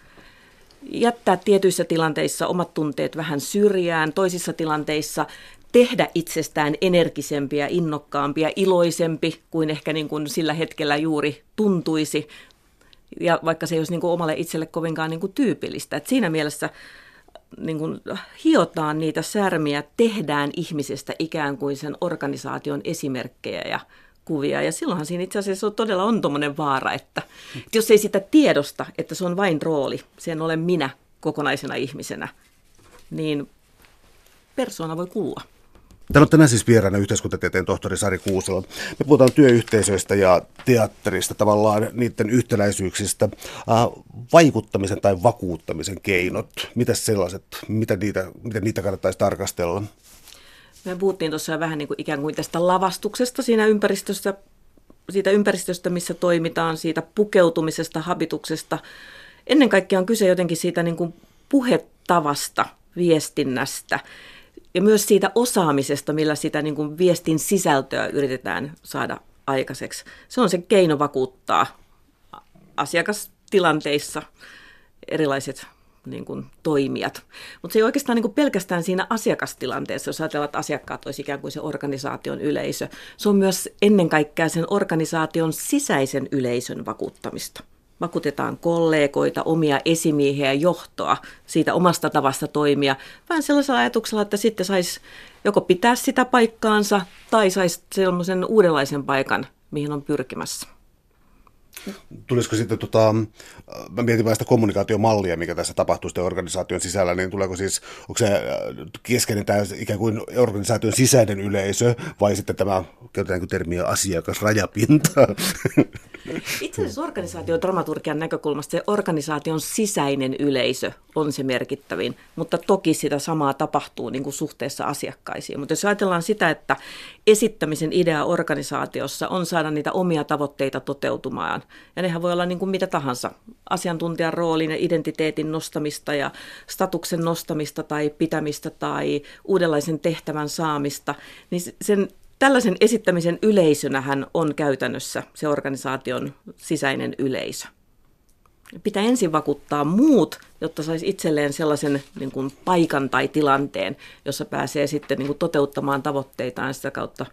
Jättää tietyissä tilanteissa omat tunteet vähän syrjään, toisissa tilanteissa tehdä itsestään energisempi ja innokkaampi ja iloisempi kuin ehkä niin kuin sillä hetkellä juuri tuntuisi, ja vaikka se ei olisi niin kuin omalle itselle kovinkaan niin kuin tyypillistä. Et siinä mielessä niin kuin hiotaan niitä särmiä, tehdään ihmisestä ikään kuin sen organisaation esimerkkejä ja kuvia. Ja silloinhan siinä itse asiassa todella on tuommoinen vaara, että jos ei sitä tiedosta, että se on vain rooli, sen olen minä kokonaisena ihmisenä, niin persoona voi kulua.
Täällä on tänään siis vieraana yhteiskuntatieteen tohtori Sari Kuusela. Me puhutaan työyhteisöistä ja teatterista, tavallaan niiden yhtäläisyyksistä. Vaikuttamisen tai vakuuttamisen keinot, mitä sellaiset, miten niitä kannattaisi tarkastella?
Me puhuttiin tuossa vähän niin kuin ikään kuin tästä lavastuksesta siinä ympäristössä, siitä ympäristöstä, missä toimitaan, siitä pukeutumisesta, habituksesta. Ennen kaikkea on kyse jotenkin siitä niin kuin puhetavasta, viestinnästä ja myös siitä osaamisesta, millä sitä niin kuin viestin sisältöä yritetään saada aikaiseksi. Se on se keino vakuuttaa asiakastilanteissa erilaiset niin kuin toimijat. Mutta se ei oikeastaan niin kuin pelkästään siinä asiakastilanteessa, jos ajatellaan, että asiakkaat olisi ikään kuin se organisaation yleisö. Se on myös ennen kaikkea sen organisaation sisäisen yleisön vakuuttamista. Vakuutetaan kollegoita, omia esimiehiä ja johtoa siitä omasta tavasta toimia, vähän sellaisella ajatuksella, että sitten saisi joko pitää sitä paikkaansa tai saisi sellaisen uudenlaisen paikan, mihin on pyrkimässä.
Tulisiko sitten, mä mietin vain sitä kommunikaatiomallia, mikä tässä tapahtuu sitten organisaation sisällä, niin tuleeko siis, onko se keskeinen tämä ikään kuin organisaation sisäinen yleisö, vai sitten tämä, käytetäänkö termiä asiakasrajapinta?
Itse asiassa organisaatiodramaturgian näkökulmasta se organisaation sisäinen yleisö on se merkittävin, mutta toki sitä samaa tapahtuu niin kuin suhteessa asiakkaisiin. Mutta jos ajatellaan sitä, että esittämisen idea organisaatiossa on saada niitä omia tavoitteita toteutumaan, ja nehän voi olla niin kuin mitä tahansa, asiantuntijan roolin ja identiteetin nostamista ja statuksen nostamista tai pitämistä tai uudenlaisen tehtävän saamista, niin tällaisen esittämisen yleisönähän on käytännössä se organisaation sisäinen yleisö. Pitää ensin vakuuttaa muut, jotta saisi itselleen sellaisen niin kuin paikan tai tilanteen, jossa pääsee sitten niin kuin toteuttamaan tavoitteitaan ja sitä kautta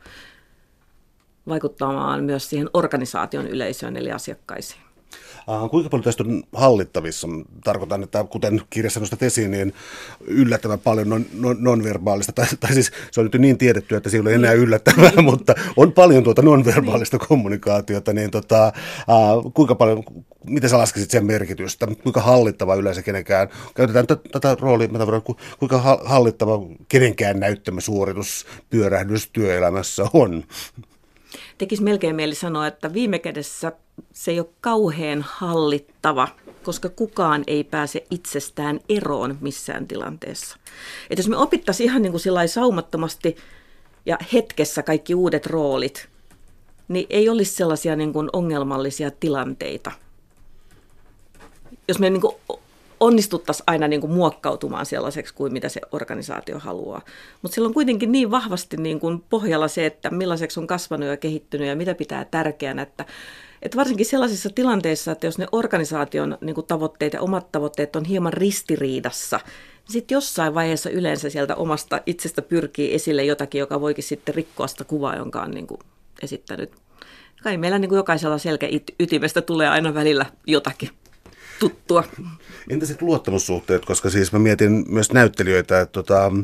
vaikuttamaan myös siihen organisaation yleisöön eli asiakkaisiin.
Kuinka paljon tästä on hallittavissa? Tarkoitan, että kuten kirjassa nostat esiin, niin yllättävän paljon nonverbaalista, tai siis se on nyt niin tiedetty, että se ei ole enää yllättävää, mutta on paljon tuota nonverbaalista kommunikaatiota, niin kuinka paljon, miten sä laskisit sen merkitystä? Kuinka hallittava yleensä kenenkään, käytetään tätä roolia, kuinka hallittava kenenkään näyttämä suoritus, pyörähdys työelämässä on?
Tekisi melkein mieli sanoa, että viime kädessä se ei ole kauhean hallittava, koska kukaan ei pääse itsestään eroon missään tilanteessa. Että jos me opittaisiin ihan niin kuin saumattomasti ja hetkessä kaikki uudet roolit, niin ei olisi sellaisia niin kuin ongelmallisia tilanteita. Jos me niin kuin onnistuttaisiin aina niin kuin muokkautumaan sellaiseksi kuin mitä se organisaatio haluaa. Mutta sillä on kuitenkin niin vahvasti niin kuin pohjalla se, että millaiseksi on kasvanut ja kehittynyt ja mitä pitää tärkeänä, että varsinkin sellaisissa tilanteissa, että jos ne organisaation niin kuin tavoitteet ja omat tavoitteet on hieman ristiriidassa, niin sitten jossain vaiheessa yleensä sieltä omasta itsestä pyrkii esille jotakin, joka voikin sitten rikkoa sitä kuvaa, jonka on niin kuin esittänyt. Kai meillä niin kuin jokaisella selkäytimestä tulee aina välillä jotakin tuttua.
Entä sitten luottamussuhteet, koska siis mä mietin myös näyttelijöitä, että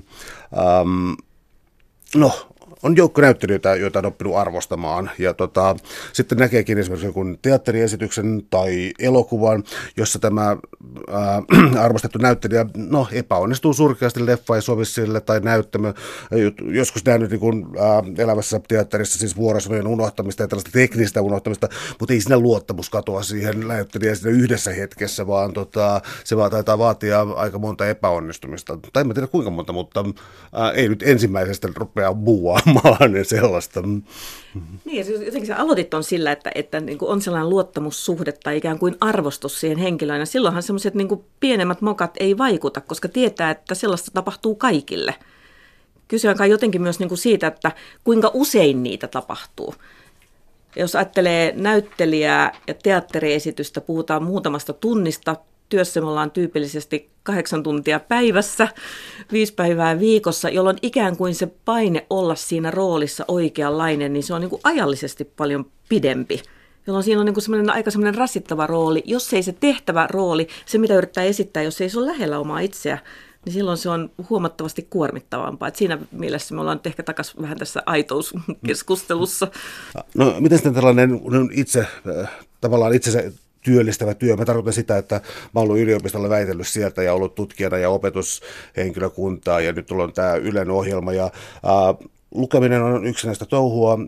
on joukko näyttelijöitä, joita on oppinut arvostamaan, ja sitten näkeekin esimerkiksi jonkun teatteriesityksen tai elokuvan, jossa tämä arvostettu näyttelijä epäonnistuu surkeasti, leffa ei sovi sille tai näyttämö. Joskus nähnyt niin kuin, elävässä teatterissa siis vuorosanojen unohtamista ja tällaista teknistä unohtamista, mutta ei siinä luottamus katoa siihen näyttelijään siinä yhdessä hetkessä, vaan se vaan taitaa vaatia aika monta epäonnistumista. Tai en tiedä kuinka monta, mutta ei nyt ensimmäisestä rupea buuaamaan sellaista.
Niin, jotenkin sä aloitit on sillä, että niin kuin on sellainen luottamussuhde tai ikään kuin arvostus siihen henkilöön. Ja silloinhan sellaiset niin kuin pienemmät mokat ei vaikuta, koska tietää, että sellaista tapahtuu kaikille. Kyse on kai jotenkin myös niin kuin siitä, että kuinka usein niitä tapahtuu. Jos ajattelee näyttelijää ja teatteriesitystä, puhutaan muutamasta tunnista. Työssä me ollaan tyypillisesti 8 tuntia päivässä, 5 päivää viikossa, jolloin ikään kuin se paine olla siinä roolissa oikeanlainen, niin se on niin kuin ajallisesti paljon pidempi. Jolloin siinä on niin kuin aika semmoinen rasittava rooli. Jos ei se tehtävä rooli, se mitä yrittää esittää, jos ei se ole lähellä omaa itseä, niin silloin se on huomattavasti kuormittavampaa. Et siinä mielessä me ollaan nyt ehkä takaisin vähän tässä aitouskeskustelussa.
No miten sitten tällainen tavallaan itsensä työllistävä työ. Mä tarkoitan sitä, että mä oon ollut yliopistolla väitellyt sieltä ja ollut tutkijana ja opetushenkilökuntaa ja nyt on tämä Ylen ohjelma ja lukeminen on yksinäistä touhua,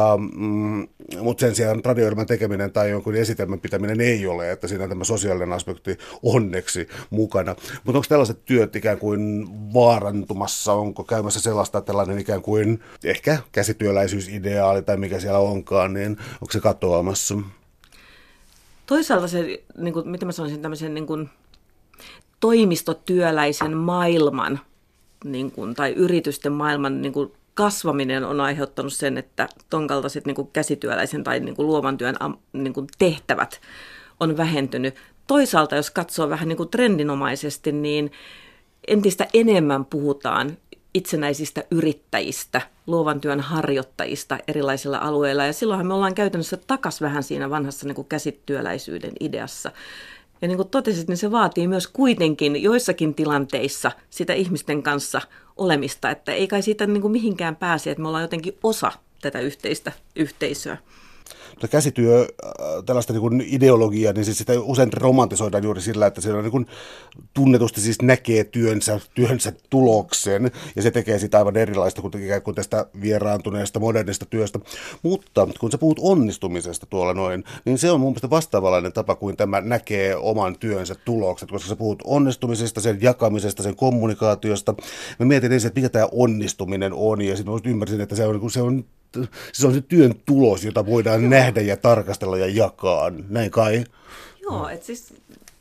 mutta sen sijaan radioilman tekeminen tai jonkun esitelmän pitäminen ei ole, että siinä on tämä sosiaalinen aspekti onneksi mukana. Mutta onko tällaiset työt ikään kuin vaarantumassa, onko käymässä sellaista, että tällainen ikään kuin ehkä käsityöläisyysideaali tai mikä siellä onkaan, niin onko se katoamassa?
Toisaalta se, niin kuin, mitä mä sanoisin, tämmöisen niin kuin toimistotyöläisen maailman niin kuin, tai yritysten maailman niin kuin kasvaminen on aiheuttanut sen, että ton kaltaiset niin kuin käsityöläisen tai niin kuin luovan työn niin kuin tehtävät on vähentynyt. Toisaalta, jos katsoo vähän niin kuin trendinomaisesti, niin entistä enemmän puhutaan itsenäisistä yrittäjistä, luovan työn harjoittajista erilaisilla alueilla. Ja silloinhan me ollaan käytännössä takaisin vähän siinä vanhassa niin kuin käsityöläisyyden ideassa. Ja niin kuin totesit, niin se vaatii myös kuitenkin joissakin tilanteissa sitä ihmisten kanssa olemista, että ei kai siitä niin kuin mihinkään pääse, että me ollaan jotenkin osa tätä yhteistä yhteisöä.
Mutta käsityö, tällaista niin kuin ideologiaa, niin siis sitä usein romantisoidaan juuri sillä, että siellä niin kuin tunnetusti siis näkee työnsä tuloksen, ja se tekee sitä aivan erilaista kuin tästä vieraantuneesta modernista työstä. Mutta kun sä puhut onnistumisesta tuolla noin, niin se on mun mielestä vastaavanlainen tapa kuin tämä näkee oman työnsä tulokset, koska sä puhut onnistumisesta, sen jakamisesta, sen kommunikaatiosta. Mä mietin ensin, että mikä tämä onnistuminen on, ja sitten ymmärsin, että se on se työn tulos, jota voidaan nähdä ja tarkastella ja jakaa. Näin kai?
Joo, että siis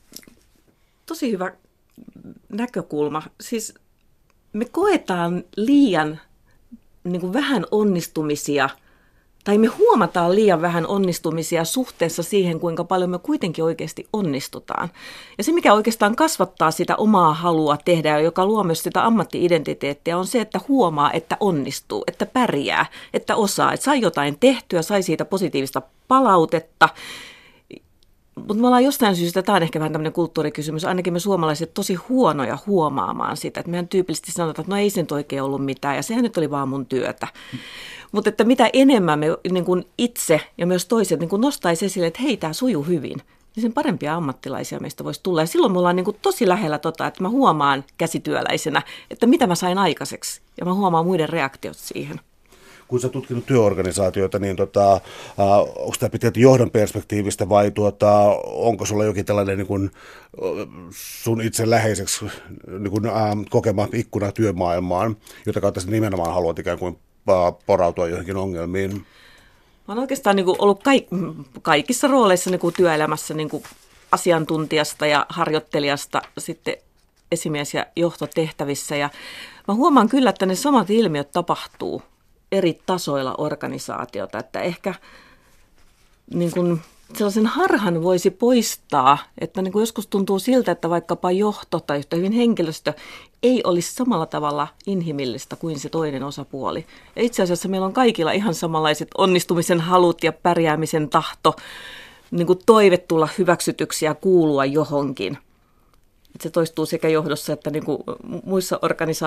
tosi hyvä näkökulma. Siis me koetaan liian niin kuin vähän onnistumisia, tai me huomataan liian vähän onnistumisia suhteessa siihen, kuinka paljon me kuitenkin oikeasti onnistutaan. Ja se, mikä oikeastaan kasvattaa sitä omaa halua tehdä, ja joka luo myös sitä ammatti-identiteettiä, on se, että huomaa, että onnistuu, että pärjää, että osaa, että sai jotain tehtyä, sai siitä positiivista palautetta. Mutta me ollaan jostain syystä, tämä on ehkä vähän tämmöinen kulttuurikysymys, ainakin me suomalaiset tosi huonoja huomaamaan sitä, että meidän tyypillisesti sanotaan, että no ei se nyt oikein ollut mitään, ja sehän nyt oli vaan mun työtä. Mutta että mitä enemmän me niin kuin itse ja myös toiset niin kuin nostaisi esille, että hei, tämä sujuu hyvin, niin sen parempia ammattilaisia meistä voisi tulla. Ja silloin me ollaan niin kuin tosi lähellä että mä huomaan käsityöläisenä, että mitä mä sain aikaiseksi, ja mä huomaan muiden reaktiot siihen.
Kun sä oot tutkinut työorganisaatioita, niin onko tämä pitkälti johdon perspektiivistä vai onko sulla jokin tällainen niin kuin, sun itse läheiseksi niin kuin, kokema ikkuna työmaailmaan, jota kautta sä nimenomaan haluat ikään kuin porautua johonkin ongelmiin?
Mä oon oikeastaan niin kuin ollut kaikissa rooleissa niin kuin työelämässä niin kuin asiantuntijasta ja harjoittelijasta sitten esimies- ja johtotehtävissä. Ja mä huomaan kyllä, että ne samat ilmiöt tapahtuu eri tasoilla organisaatiota, että ehkä niin kuin sellaisen harhan voisi poistaa, että niin kuin joskus tuntuu siltä, että vaikkapa johto tai yhtä hyvin henkilöstö ei olisi samalla tavalla inhimillistä kuin se toinen osapuoli. Ja itse asiassa meillä on kaikilla ihan samanlaiset onnistumisen halut ja pärjäämisen tahto, niin kuin toive tulla hyväksytyksi ja kuulua johonkin. Että se toistuu sekä johdossa että niin kuin muissa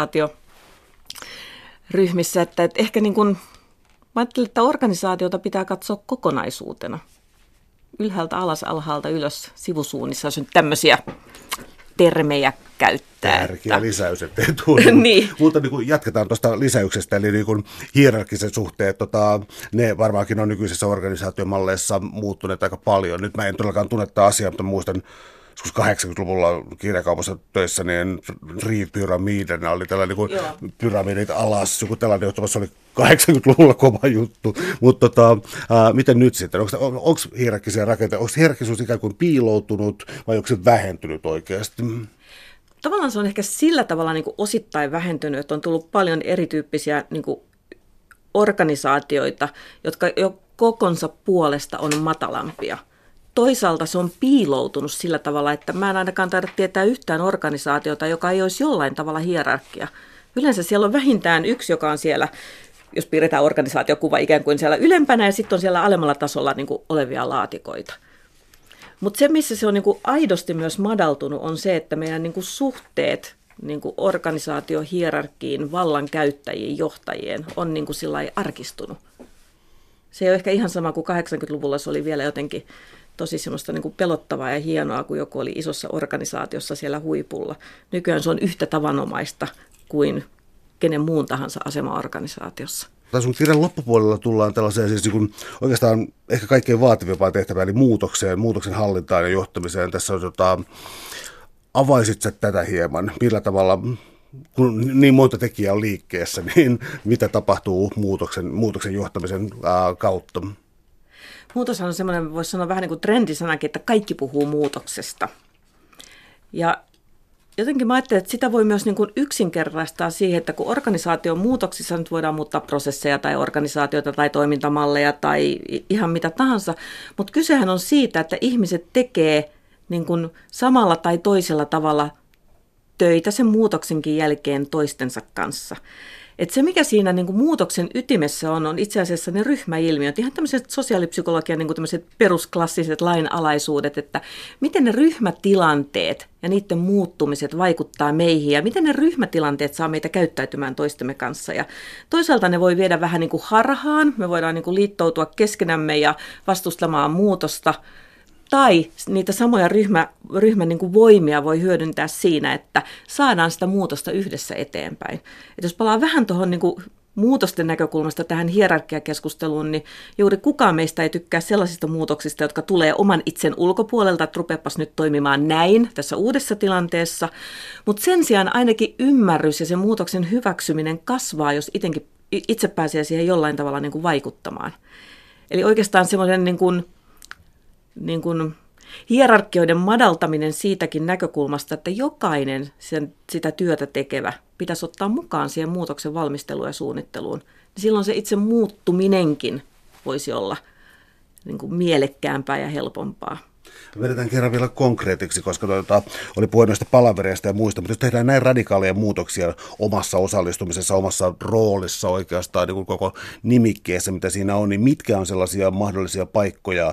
organisaatioryhmissä, että ehkä niin kuin, mä ajattelen, että organisaatiota pitää katsoa kokonaisuutena. Ylhäältä alas, alhaalta ylös sivusuunnissa, jos nyt tämmöisiä termejä käyttää.
Tärkeä lisäys, ettei tule.
Niin.
Mutta niin jatketaan tuosta lisäyksestä, eli niin kuin hierarkiset suhteet, ne varmaankin on nykyisissä organisaatiomalleissa muuttuneet aika paljon. Nyt mä en todellakaan tunne tätä asiaa, mutta muistan, joskus 80-luvulla kirjakaupassa töissä, niin Reeve-pyramidina oli tällainen niin pyramidit alas, joku tällainen, jotta se oli 80-luvulla kova juttu. Mutta miten nyt sitten? Onko hierarkkisia rakenteita, onko hierarkkisuus ikään kuin piiloutunut vai onko se vähentynyt oikeasti?
Tavallaan se on ehkä sillä tavalla niin kuin osittain vähentynyt, että on tullut paljon erityyppisiä niin kuin organisaatioita, jotka jo kokonsa puolesta on matalampia. Toisaalta se on piiloutunut sillä tavalla, että mä en ainakaan taida tietää yhtään organisaatiota, joka ei olisi jollain tavalla hierarkia. Yleensä siellä on vähintään yksi, joka on siellä, jos piirretään organisaatiokuva ikään kuin siellä ylempänä, ja sitten on siellä alemmalla tasolla niin kuin olevia laatikoita. Mutta se, missä se on niin kuin aidosti myös madaltunut, on se, että meidän niin kuin suhteet niin kuin organisaatiohierarkiin, vallankäyttäjiin, johtajien on niin kuin sillai arkistunut. Se ei ole ehkä ihan sama kuin 80-luvulla, se oli vielä jotenkin tosi semmoista niin kuin pelottavaa ja hienoa, kun joku oli isossa organisaatiossa siellä huipulla. Nykyään se on yhtä tavanomaista kuin kenen muun tahansa asemaorganisaatiossa.
Sun kirjan loppupuolella tullaan tällaiseen siis niin oikeastaan ehkä kaikkein vaativimpaan tehtävään, eli muutoksen hallintaan ja johtamiseen. Tässä on avaisit sä tätä hieman, millä tavalla, kun niin monta tekijää on liikkeessä, niin mitä tapahtuu muutoksen johtamisen kautta?
Muutoshan on semmoinen, voisi sanoa vähän niin kuin trendisanakin, että kaikki puhuu muutoksesta. Ja jotenkin mä ajattelen, että sitä voi myös niin kuin yksinkertaistaa siihen, että kun organisaation muutoksissa nyt voidaan muuttaa prosesseja tai organisaatioita tai toimintamalleja tai ihan mitä tahansa, mutta kysehän on siitä, että ihmiset tekee niin kuin samalla tai toisella tavalla töitä sen muutoksenkin jälkeen toistensa kanssa. Että se, mikä siinä niin kuin muutoksen ytimessä on itse asiassa ne ryhmäilmiöt, ihan tämmöiset sosiaalipsykologian niin kuin tämmöiset perusklassiset lainalaisuudet, että miten ne ryhmätilanteet ja niiden muuttumiset vaikuttaa meihin ja miten ne ryhmätilanteet saa meitä käyttäytymään toistemme kanssa. Ja toisaalta ne voi viedä vähän niin kuin harhaan, me voidaan niin kuin liittoutua keskenämme ja vastustamaan muutosta. Tai niitä samoja ryhmän niin kuin voimia voi hyödyntää siinä, että saadaan sitä muutosta yhdessä eteenpäin. Et jos palaa vähän tuohon niin kuin muutosten näkökulmasta tähän hierarkiakeskusteluun, niin juuri kukaan meistä ei tykkää sellaisista muutoksista, jotka tulee oman itsen ulkopuolelta, että rupeapas nyt toimimaan näin tässä uudessa tilanteessa. Mutta sen sijaan ainakin ymmärrys ja sen muutoksen hyväksyminen kasvaa, jos itse pääsee siihen jollain tavalla niin kuin vaikuttamaan. Eli oikeastaan semmoinen niin kuin hierarkioiden madaltaminen siitäkin näkökulmasta, että jokainen sitä työtä tekevä pitäisi ottaa mukaan siihen muutoksen valmisteluun ja suunnitteluun. Niin silloin se itse muuttuminenkin voisi olla niin kuin mielekkäämpää ja helpompaa.
Vedetään kerran vielä konkreettiksi, koska oli puhe noista palavereista ja muista, mutta jos tehdään näin radikaaleja muutoksia omassa osallistumisessa, omassa roolissa oikeastaan niin kuin koko nimikkeessä, mitä siinä on, niin mitkä on sellaisia mahdollisia paikkoja,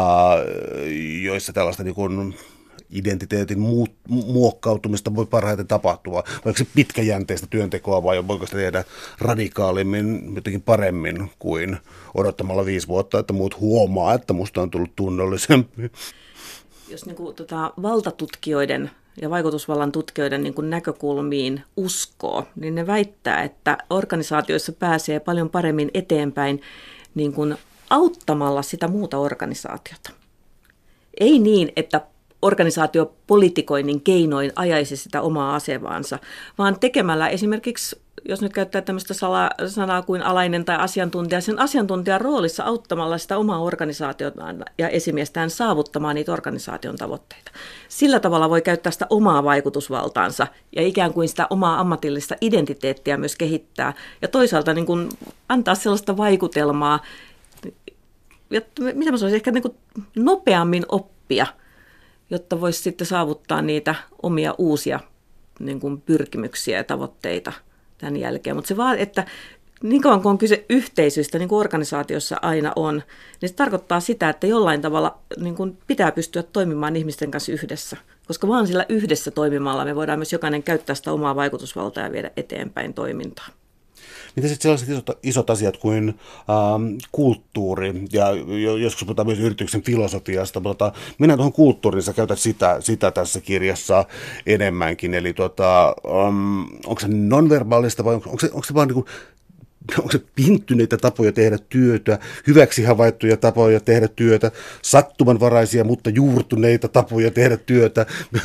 joissa tällaista niin kuin identiteetin muokkautumista voi parhaiten tapahtua? Voiko se pitkäjänteistä työntekoa vai voiko sitä tehdä radikaalimmin, jotenkin paremmin kuin odottamalla 5 vuotta, että muut huomaa, että musta on tullut tunnollisempi?
Jos niin kuin, valtatutkijoiden ja vaikutusvallan tutkijoiden niin kuin näkökulmiin uskoo, niin ne väittää, että organisaatioissa pääsee paljon paremmin eteenpäin niin kuin auttamalla sitä muuta organisaatiota. Ei niin, että organisaatiopolitikoinnin keinoin ajaisi sitä omaa asemaansa, vaan tekemällä esimerkiksi, jos nyt käyttää tämmöistä sanaa kuin alainen tai asiantuntija, sen asiantuntijan roolissa auttamalla sitä omaa organisaatiotaan ja esimiestään saavuttamaan niitä organisaation tavoitteita. Sillä tavalla voi käyttää sitä omaa vaikutusvaltaansa ja ikään kuin sitä omaa ammatillista identiteettiä myös kehittää ja toisaalta niin kuin antaa sellaista vaikutelmaa, ja mitä mä sanoisin, ehkä niin kuin nopeammin oppia, jotta voisi sitten saavuttaa niitä omia uusia niin kuin pyrkimyksiä ja tavoitteita tämän jälkeen. Mutta se vaan, että niin kauan kuin on kyse yhteisöistä, niin kuin organisaatiossa aina on, niin se tarkoittaa sitä, että jollain tavalla niin kuin pitää pystyä toimimaan ihmisten kanssa yhdessä. Koska vaan sillä yhdessä toimimalla me voidaan myös jokainen käyttää sitä omaa vaikutusvaltaa ja viedä eteenpäin toimintaa.
Mitä sitten sellaiset isot asiat kuin kulttuuri, ja joskus puhutaan myös yrityksen filosofiasta, mutta mennään tuohon kulttuuriin, sä käytät sitä tässä kirjassa enemmänkin, eli onko se nonverbaalista vai onko se vaan niin kuin, onko se pinttyneitä tapoja tehdä työtä, hyväksi havaittuja tapoja tehdä työtä, sattumanvaraisia, mutta juurtuneita tapoja tehdä työtä.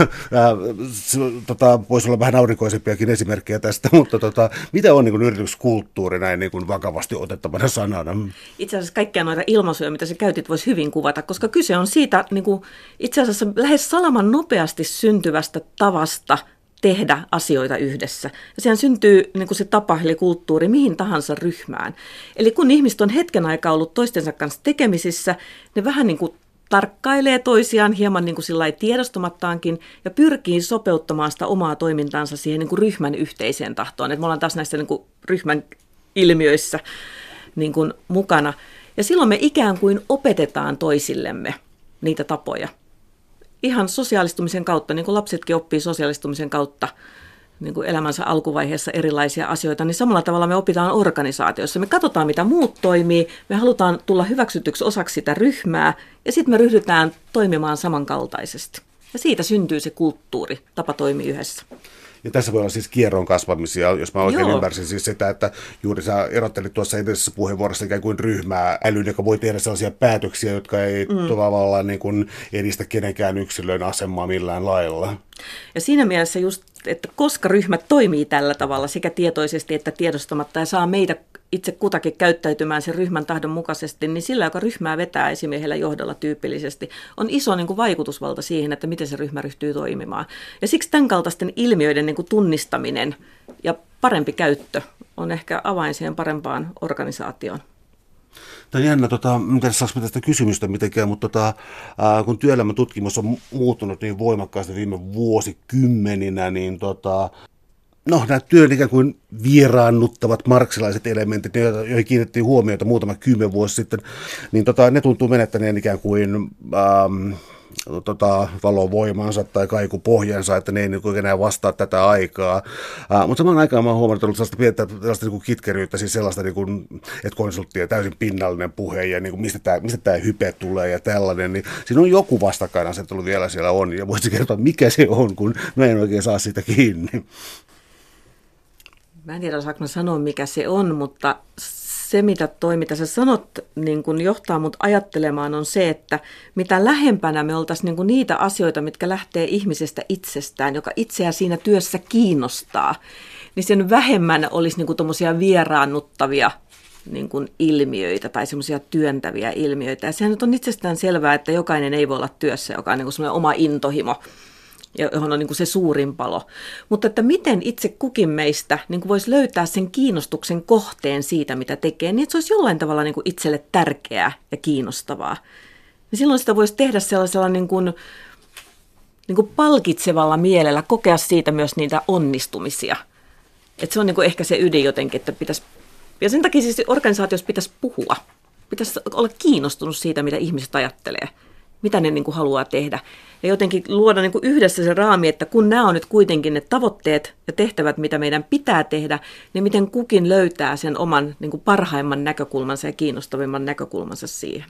Voisi olla vähän aurinkoisempiakin esimerkkejä tästä, mutta mitä on niin kuin yrityskulttuuri näin niin kuin vakavasti otettavana sanana?
Itse asiassa kaikkia noita ilmaisuja, mitä sä käytit, voisi hyvin kuvata, koska kyse on siitä niin kuin itse asiassa lähes salaman nopeasti syntyvästä tavasta tehdä asioita yhdessä. Ja sehän syntyy niin kuin se tapa, eli kulttuuri, mihin tahansa ryhmään. Eli kun ihmiset on hetken aikaa ollut toistensa kanssa tekemisissä, ne vähän niin kuin tarkkailee toisiaan hieman niin kuin sillai tiedostamattaankin ja pyrkii sopeuttamaan sitä omaa toimintaansa siihen niin kuin ryhmän yhteiseen tahtoon. Et me ollaan taas näissä niin kuin ryhmän ilmiöissä niin kuin mukana. Ja silloin me ikään kuin opetetaan toisillemme niitä tapoja. Ihan sosiaalistumisen kautta, niin kuin lapsetkin oppii sosiaalistumisen kautta niin kuin elämänsä alkuvaiheessa erilaisia asioita, niin samalla tavalla me opitaan organisaatiossa. Me katsotaan, mitä muut toimii, me halutaan tulla hyväksytyksi osaksi sitä ryhmää, ja sitten me ryhdytään toimimaan samankaltaisesti. Ja siitä syntyy se kulttuuri, tapa toimia yhdessä.
Ja tässä voi olla siis kierron kasvamisia, jos mä oikein ymmärsin siis sitä, että juuri sä erottelit tuossa edellisessä puheenvuorossa ikään kuin ryhmää älyn, joka voi tehdä sellaisia päätöksiä, jotka ei tavallaan niin kuin edistä kenenkään yksilön asemaa millään lailla.
Ja siinä mielessä just, että koska ryhmät toimii tällä tavalla sekä tietoisesti että tiedostamatta ja saa meitä itse kutakin käyttäytymään sen ryhmän tahdon mukaisesti, niin sillä, joka ryhmää vetää esimiehellä johdolla tyypillisesti, on iso niin kuin vaikutusvalta siihen, että miten se ryhmä ryhtyy toimimaan. Ja siksi tämän kaltaisten ilmiöiden niin kuin tunnistaminen ja parempi käyttö on ehkä avain siihen parempaan organisaatioon.
Tämä on jännä, en saako tästä kysymystä mitenkään, mutta kun työelämän tutkimus on muuttunut niin voimakkaasti viime vuosikymmeninä, niin nämä työn ikään kuin vieraannuttavat marksilaiset elementit, joihin kiinnitettiin huomiota muutama 10 vuosi sitten, niin ne tuntuu menettäneen ikään kuin valovoimansa tai kaikupohjansa, että ne ei niin enää vastaa tätä aikaa. Mutta samaan aikaan mä oon huomannut, että sellaista niin kuin kitkeryyttä, siis sellaista, niin kuin, että konsulttien täysin pinnallinen puhe ja niin kuin mistä tämä hype tulee ja tällainen, niin siinä on joku vastakkainasettelu vielä siellä on, ja voisi kertoa, mikä se on, kun mä en oikein saa sitä kiinni.
Mä en tiedä, osaanko sanoa, mikä se on, mutta se, mitä sä sanot, niin kun johtaa mut ajattelemaan, on se, että mitä lähempänä me oltaisiin niin niitä asioita, mitkä lähtee ihmisestä itsestään, joka itseä siinä työssä kiinnostaa, niin sen vähemmän olisi niin tuommoisia vieraannuttavia niin kuin ilmiöitä tai semmoisia työntäviä ilmiöitä. Ja sehän nyt on itsestään selvää, että jokainen ei voi olla työssä, joka on niin kuin semmoinen oma intohimo, johon on niin kuin se suurin palo. Mutta että miten itse kukin meistä niin kuin voisi löytää sen kiinnostuksen kohteen siitä, mitä tekee, niin että se olisi jollain tavalla niin kuin itselle tärkeää ja kiinnostavaa. Ja silloin sitä voisi tehdä sellaisella niin kuin palkitsevalla mielellä, kokea siitä myös niitä onnistumisia. Että se on niin kuin ehkä se ydin jotenkin, että pitäisi, ja sen takia siis organisaatiossa pitäisi puhua. Pitäisi olla kiinnostunut siitä, mitä ihmiset ajattelee, mitä ne niin kuin haluaa tehdä. Ja jotenkin luoda niin kuin yhdessä se raami, että kun nämä on nyt kuitenkin ne tavoitteet ja tehtävät, mitä meidän pitää tehdä, niin miten kukin löytää sen oman niin kuin parhaimman näkökulmansa ja kiinnostavimman näkökulmansa siihen.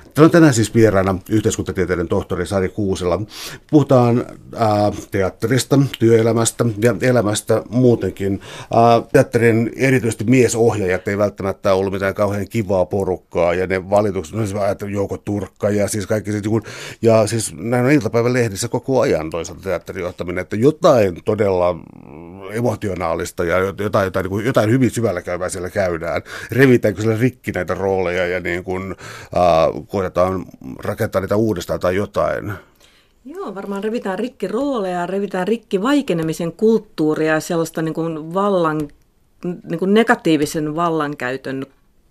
Täällä on tänään siis vieraana yhteiskuntatieteiden tohtori Sari Kuusela. Puhutaan teatterista, työelämästä ja elämästä muutenkin. Teatterin erityisesti miesohjaajat ei välttämättä ollut mitään kauhean kivaa porukkaa, ja ne valitukset, Jouko Turkka ja siis kaikki, ja siis näin on iltapäivän lehdissä koko ajan toisaalta teatterijohtaminen, että jotain todella emotionaalista ja jotain hyvin syvällä käyvää siellä käydään. Revitäänkö siellä rikki näitä rooleja ja niin kuin, koetetaan rakentaa niitä uudestaan tai jotain?
Joo, varmaan revitään rikki rooleja, revitään rikki vaikenemisen kulttuuria ja sellaista niin kuin niin kuin negatiivisen vallankäytön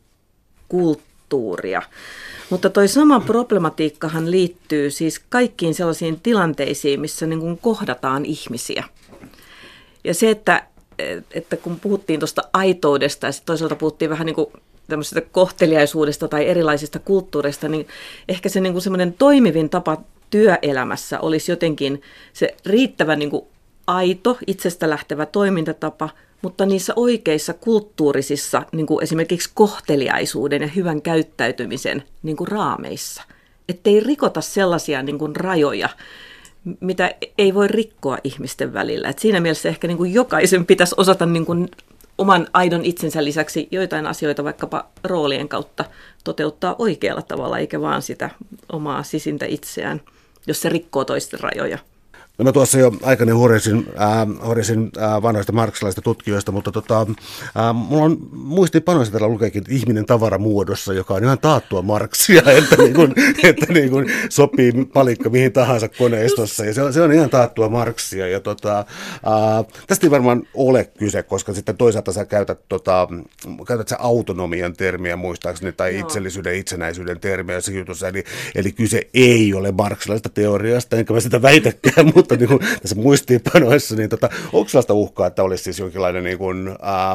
kulttuuria. Mutta toi sama problematiikkahan liittyy siis kaikkiin sellaisiin tilanteisiin, missä niin kuin kohdataan ihmisiä. Ja se, että kun puhuttiin tuosta aitoudesta ja toisaalta puhuttiin vähän niin kuin tämmöisestä kohteliaisuudesta tai erilaisista kulttuureista, niin ehkä se niin kuin semmoinen toimivin tapa työelämässä olisi jotenkin se riittävän niin kuin aito, itsestä lähtevä toimintatapa, mutta niissä oikeissa kulttuurisissa, niin kuin esimerkiksi kohteliaisuuden ja hyvän käyttäytymisen niin kuin raameissa. Ettei rikota sellaisia niin kuin rajoja, mitä ei voi rikkoa ihmisten välillä. Et siinä mielessä ehkä niin kuin jokaisen pitäisi osata niin kuin oman aidon itsensä lisäksi joitain asioita vaikkapa roolien kautta toteuttaa oikealla tavalla, eikä vaan sitä omaa sisintä itseään, jos se rikkoo toisten rajoja.
No mä tuossa jo aikani horisin vanhoista marksilaisista tutkijoista, mutta mulla on muistiinpanoissa täällä lukeekin ihminen tavaramuodossa, joka on ihan taattua Marksia, että sopii palikka mihin tahansa koneistossa, ja se on ihan taattua Marksia, ja tästä ei varmaan ole kyse, koska sitten toisaalta sä käytät sä autonomian termiä muistaakseni, tai itsellisyyden, itsenäisyyden termiä se jutussa, eli kyse ei ole marksilaisesta teoriasta, enkä mä sitä väitäkään, mutta niin kuin tässä muistiinpanoissa, niin onko sellaista uhkaa, että olisi siis jonkinlainen niin kuin,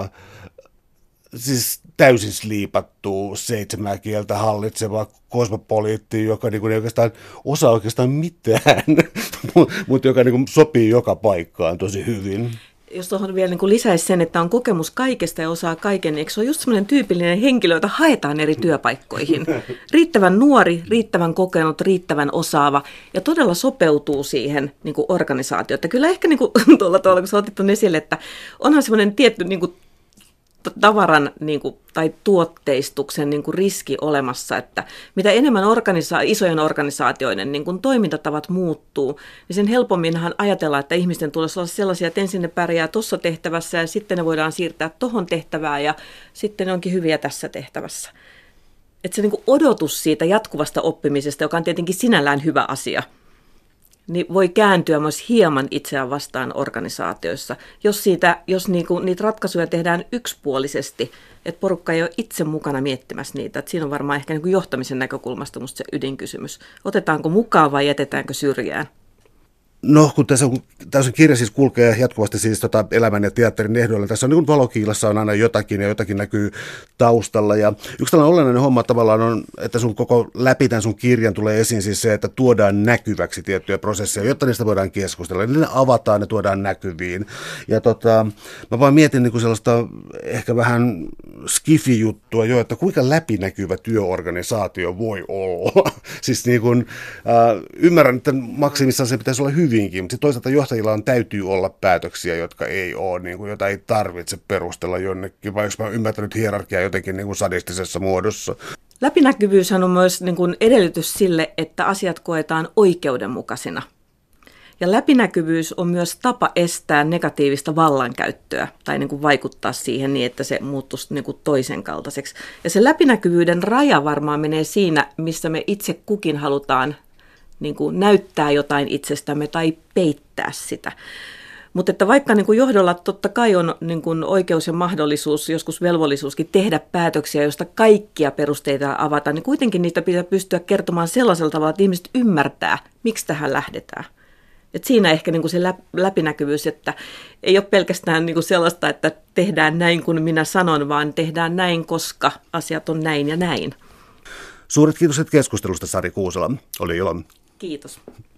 siis täysin sliipattu 7 kieltä hallitseva kosmopoliitti, joka niin kuin ei oikeastaan osaa oikeastaan mitään, mutta joka niin kuin sopii joka paikkaan tosi hyvin?
Jos tuohon vielä niin lisäisi sen, että on kokemus kaikesta ja osaa kaiken, niin eikö se ole just semmoinen tyypillinen henkilö, jota haetaan eri työpaikkoihin? Riittävän nuori, riittävän kokenut, riittävän osaava ja todella sopeutuu siihen niin kuin organisaatioon. Että kyllä ehkä niin kuin, tuolla kun sä otit tuon esille, että onhan semmoinen tietty niin kuin tavaran niin kuin, tai tuotteistuksen niin kuin riski olemassa, että mitä enemmän isojen organisaatioiden niin kuin toimintatavat muuttuu, niin sen helpomminhan ajatellaan, että ihmisten tulisi olla sellaisia, että ensin ne pärjää tuossa tehtävässä ja sitten ne voidaan siirtää tuohon tehtävään ja sitten ne onkin hyviä tässä tehtävässä. Että se niin kuin odotus siitä jatkuvasta oppimisesta, joka on tietenkin sinällään hyvä asia, niin voi kääntyä myös hieman itseään vastaan organisaatioissa, jos niitä ratkaisuja tehdään yksipuolisesti, että porukka ei ole itse mukana miettimässä niitä. Että siinä on varmaan ehkä niin kuin johtamisen näkökulmasta musta se ydinkysymys. Otetaanko mukaan vai jätetäänkö syrjään?
No, kun tässä on kirja siis kulkee jatkuvasti siis elämän ja teatterin ehdoilla. Tässä on niin kuin valokiilassa on aina jotakin ja jotakin näkyy taustalla. Ja yksi tällainen olennainen homma tavallaan on, että sun koko läpi tämän sun kirjan tulee esiin siis se, että tuodaan näkyväksi tiettyjä prosesseja, jotta niistä voidaan keskustella. Ne avataan ja tuodaan näkyviin. Ja mä vaan mietin niin kuin sellaista ehkä vähän skifi-juttua jo, että kuinka läpinäkyvä työorganisaatio voi olla. Siis niin kuin, ymmärrän, että maksimissaan se pitäisi olla hyvinkin, mutta toisaalta johtajilla täytyy olla päätöksiä, jotka ei ole, niin kuin, jota ei tarvitse perustella jonnekin, vai onko mä ymmärtänyt hierarkiaa jotenkin niin kuin sadistisessa muodossa?
Läpinäkyvyyshän on myös niin kuin edellytys sille, että asiat koetaan oikeudenmukaisina. Ja läpinäkyvyys on myös tapa estää negatiivista vallankäyttöä tai niin kuin vaikuttaa siihen niin, että se muuttuisi niin kuin toisen kaltaiseksi. Ja se läpinäkyvyyden raja varmaan menee siinä, missä me itse kukin halutaan niin kuin näyttää jotain itsestämme tai peittää sitä. Mutta että vaikka niin kuin johdolla totta kai on niin kuin oikeus ja mahdollisuus, joskus velvollisuuskin tehdä päätöksiä, joista kaikkia perusteita avata, niin kuitenkin niitä pitää pystyä kertomaan sellaisella tavalla, että ihmiset ymmärtää, miksi tähän lähdetään. Et siinä ehkä niin kuin se läpinäkyvyys, että ei ole pelkästään niin kuin sellaista, että tehdään näin kuin minä sanon, vaan tehdään näin, koska asiat on näin ja näin.
Suuret kiitokset keskustelusta, Sari Kuusela. Oli ilo.
Kiitos.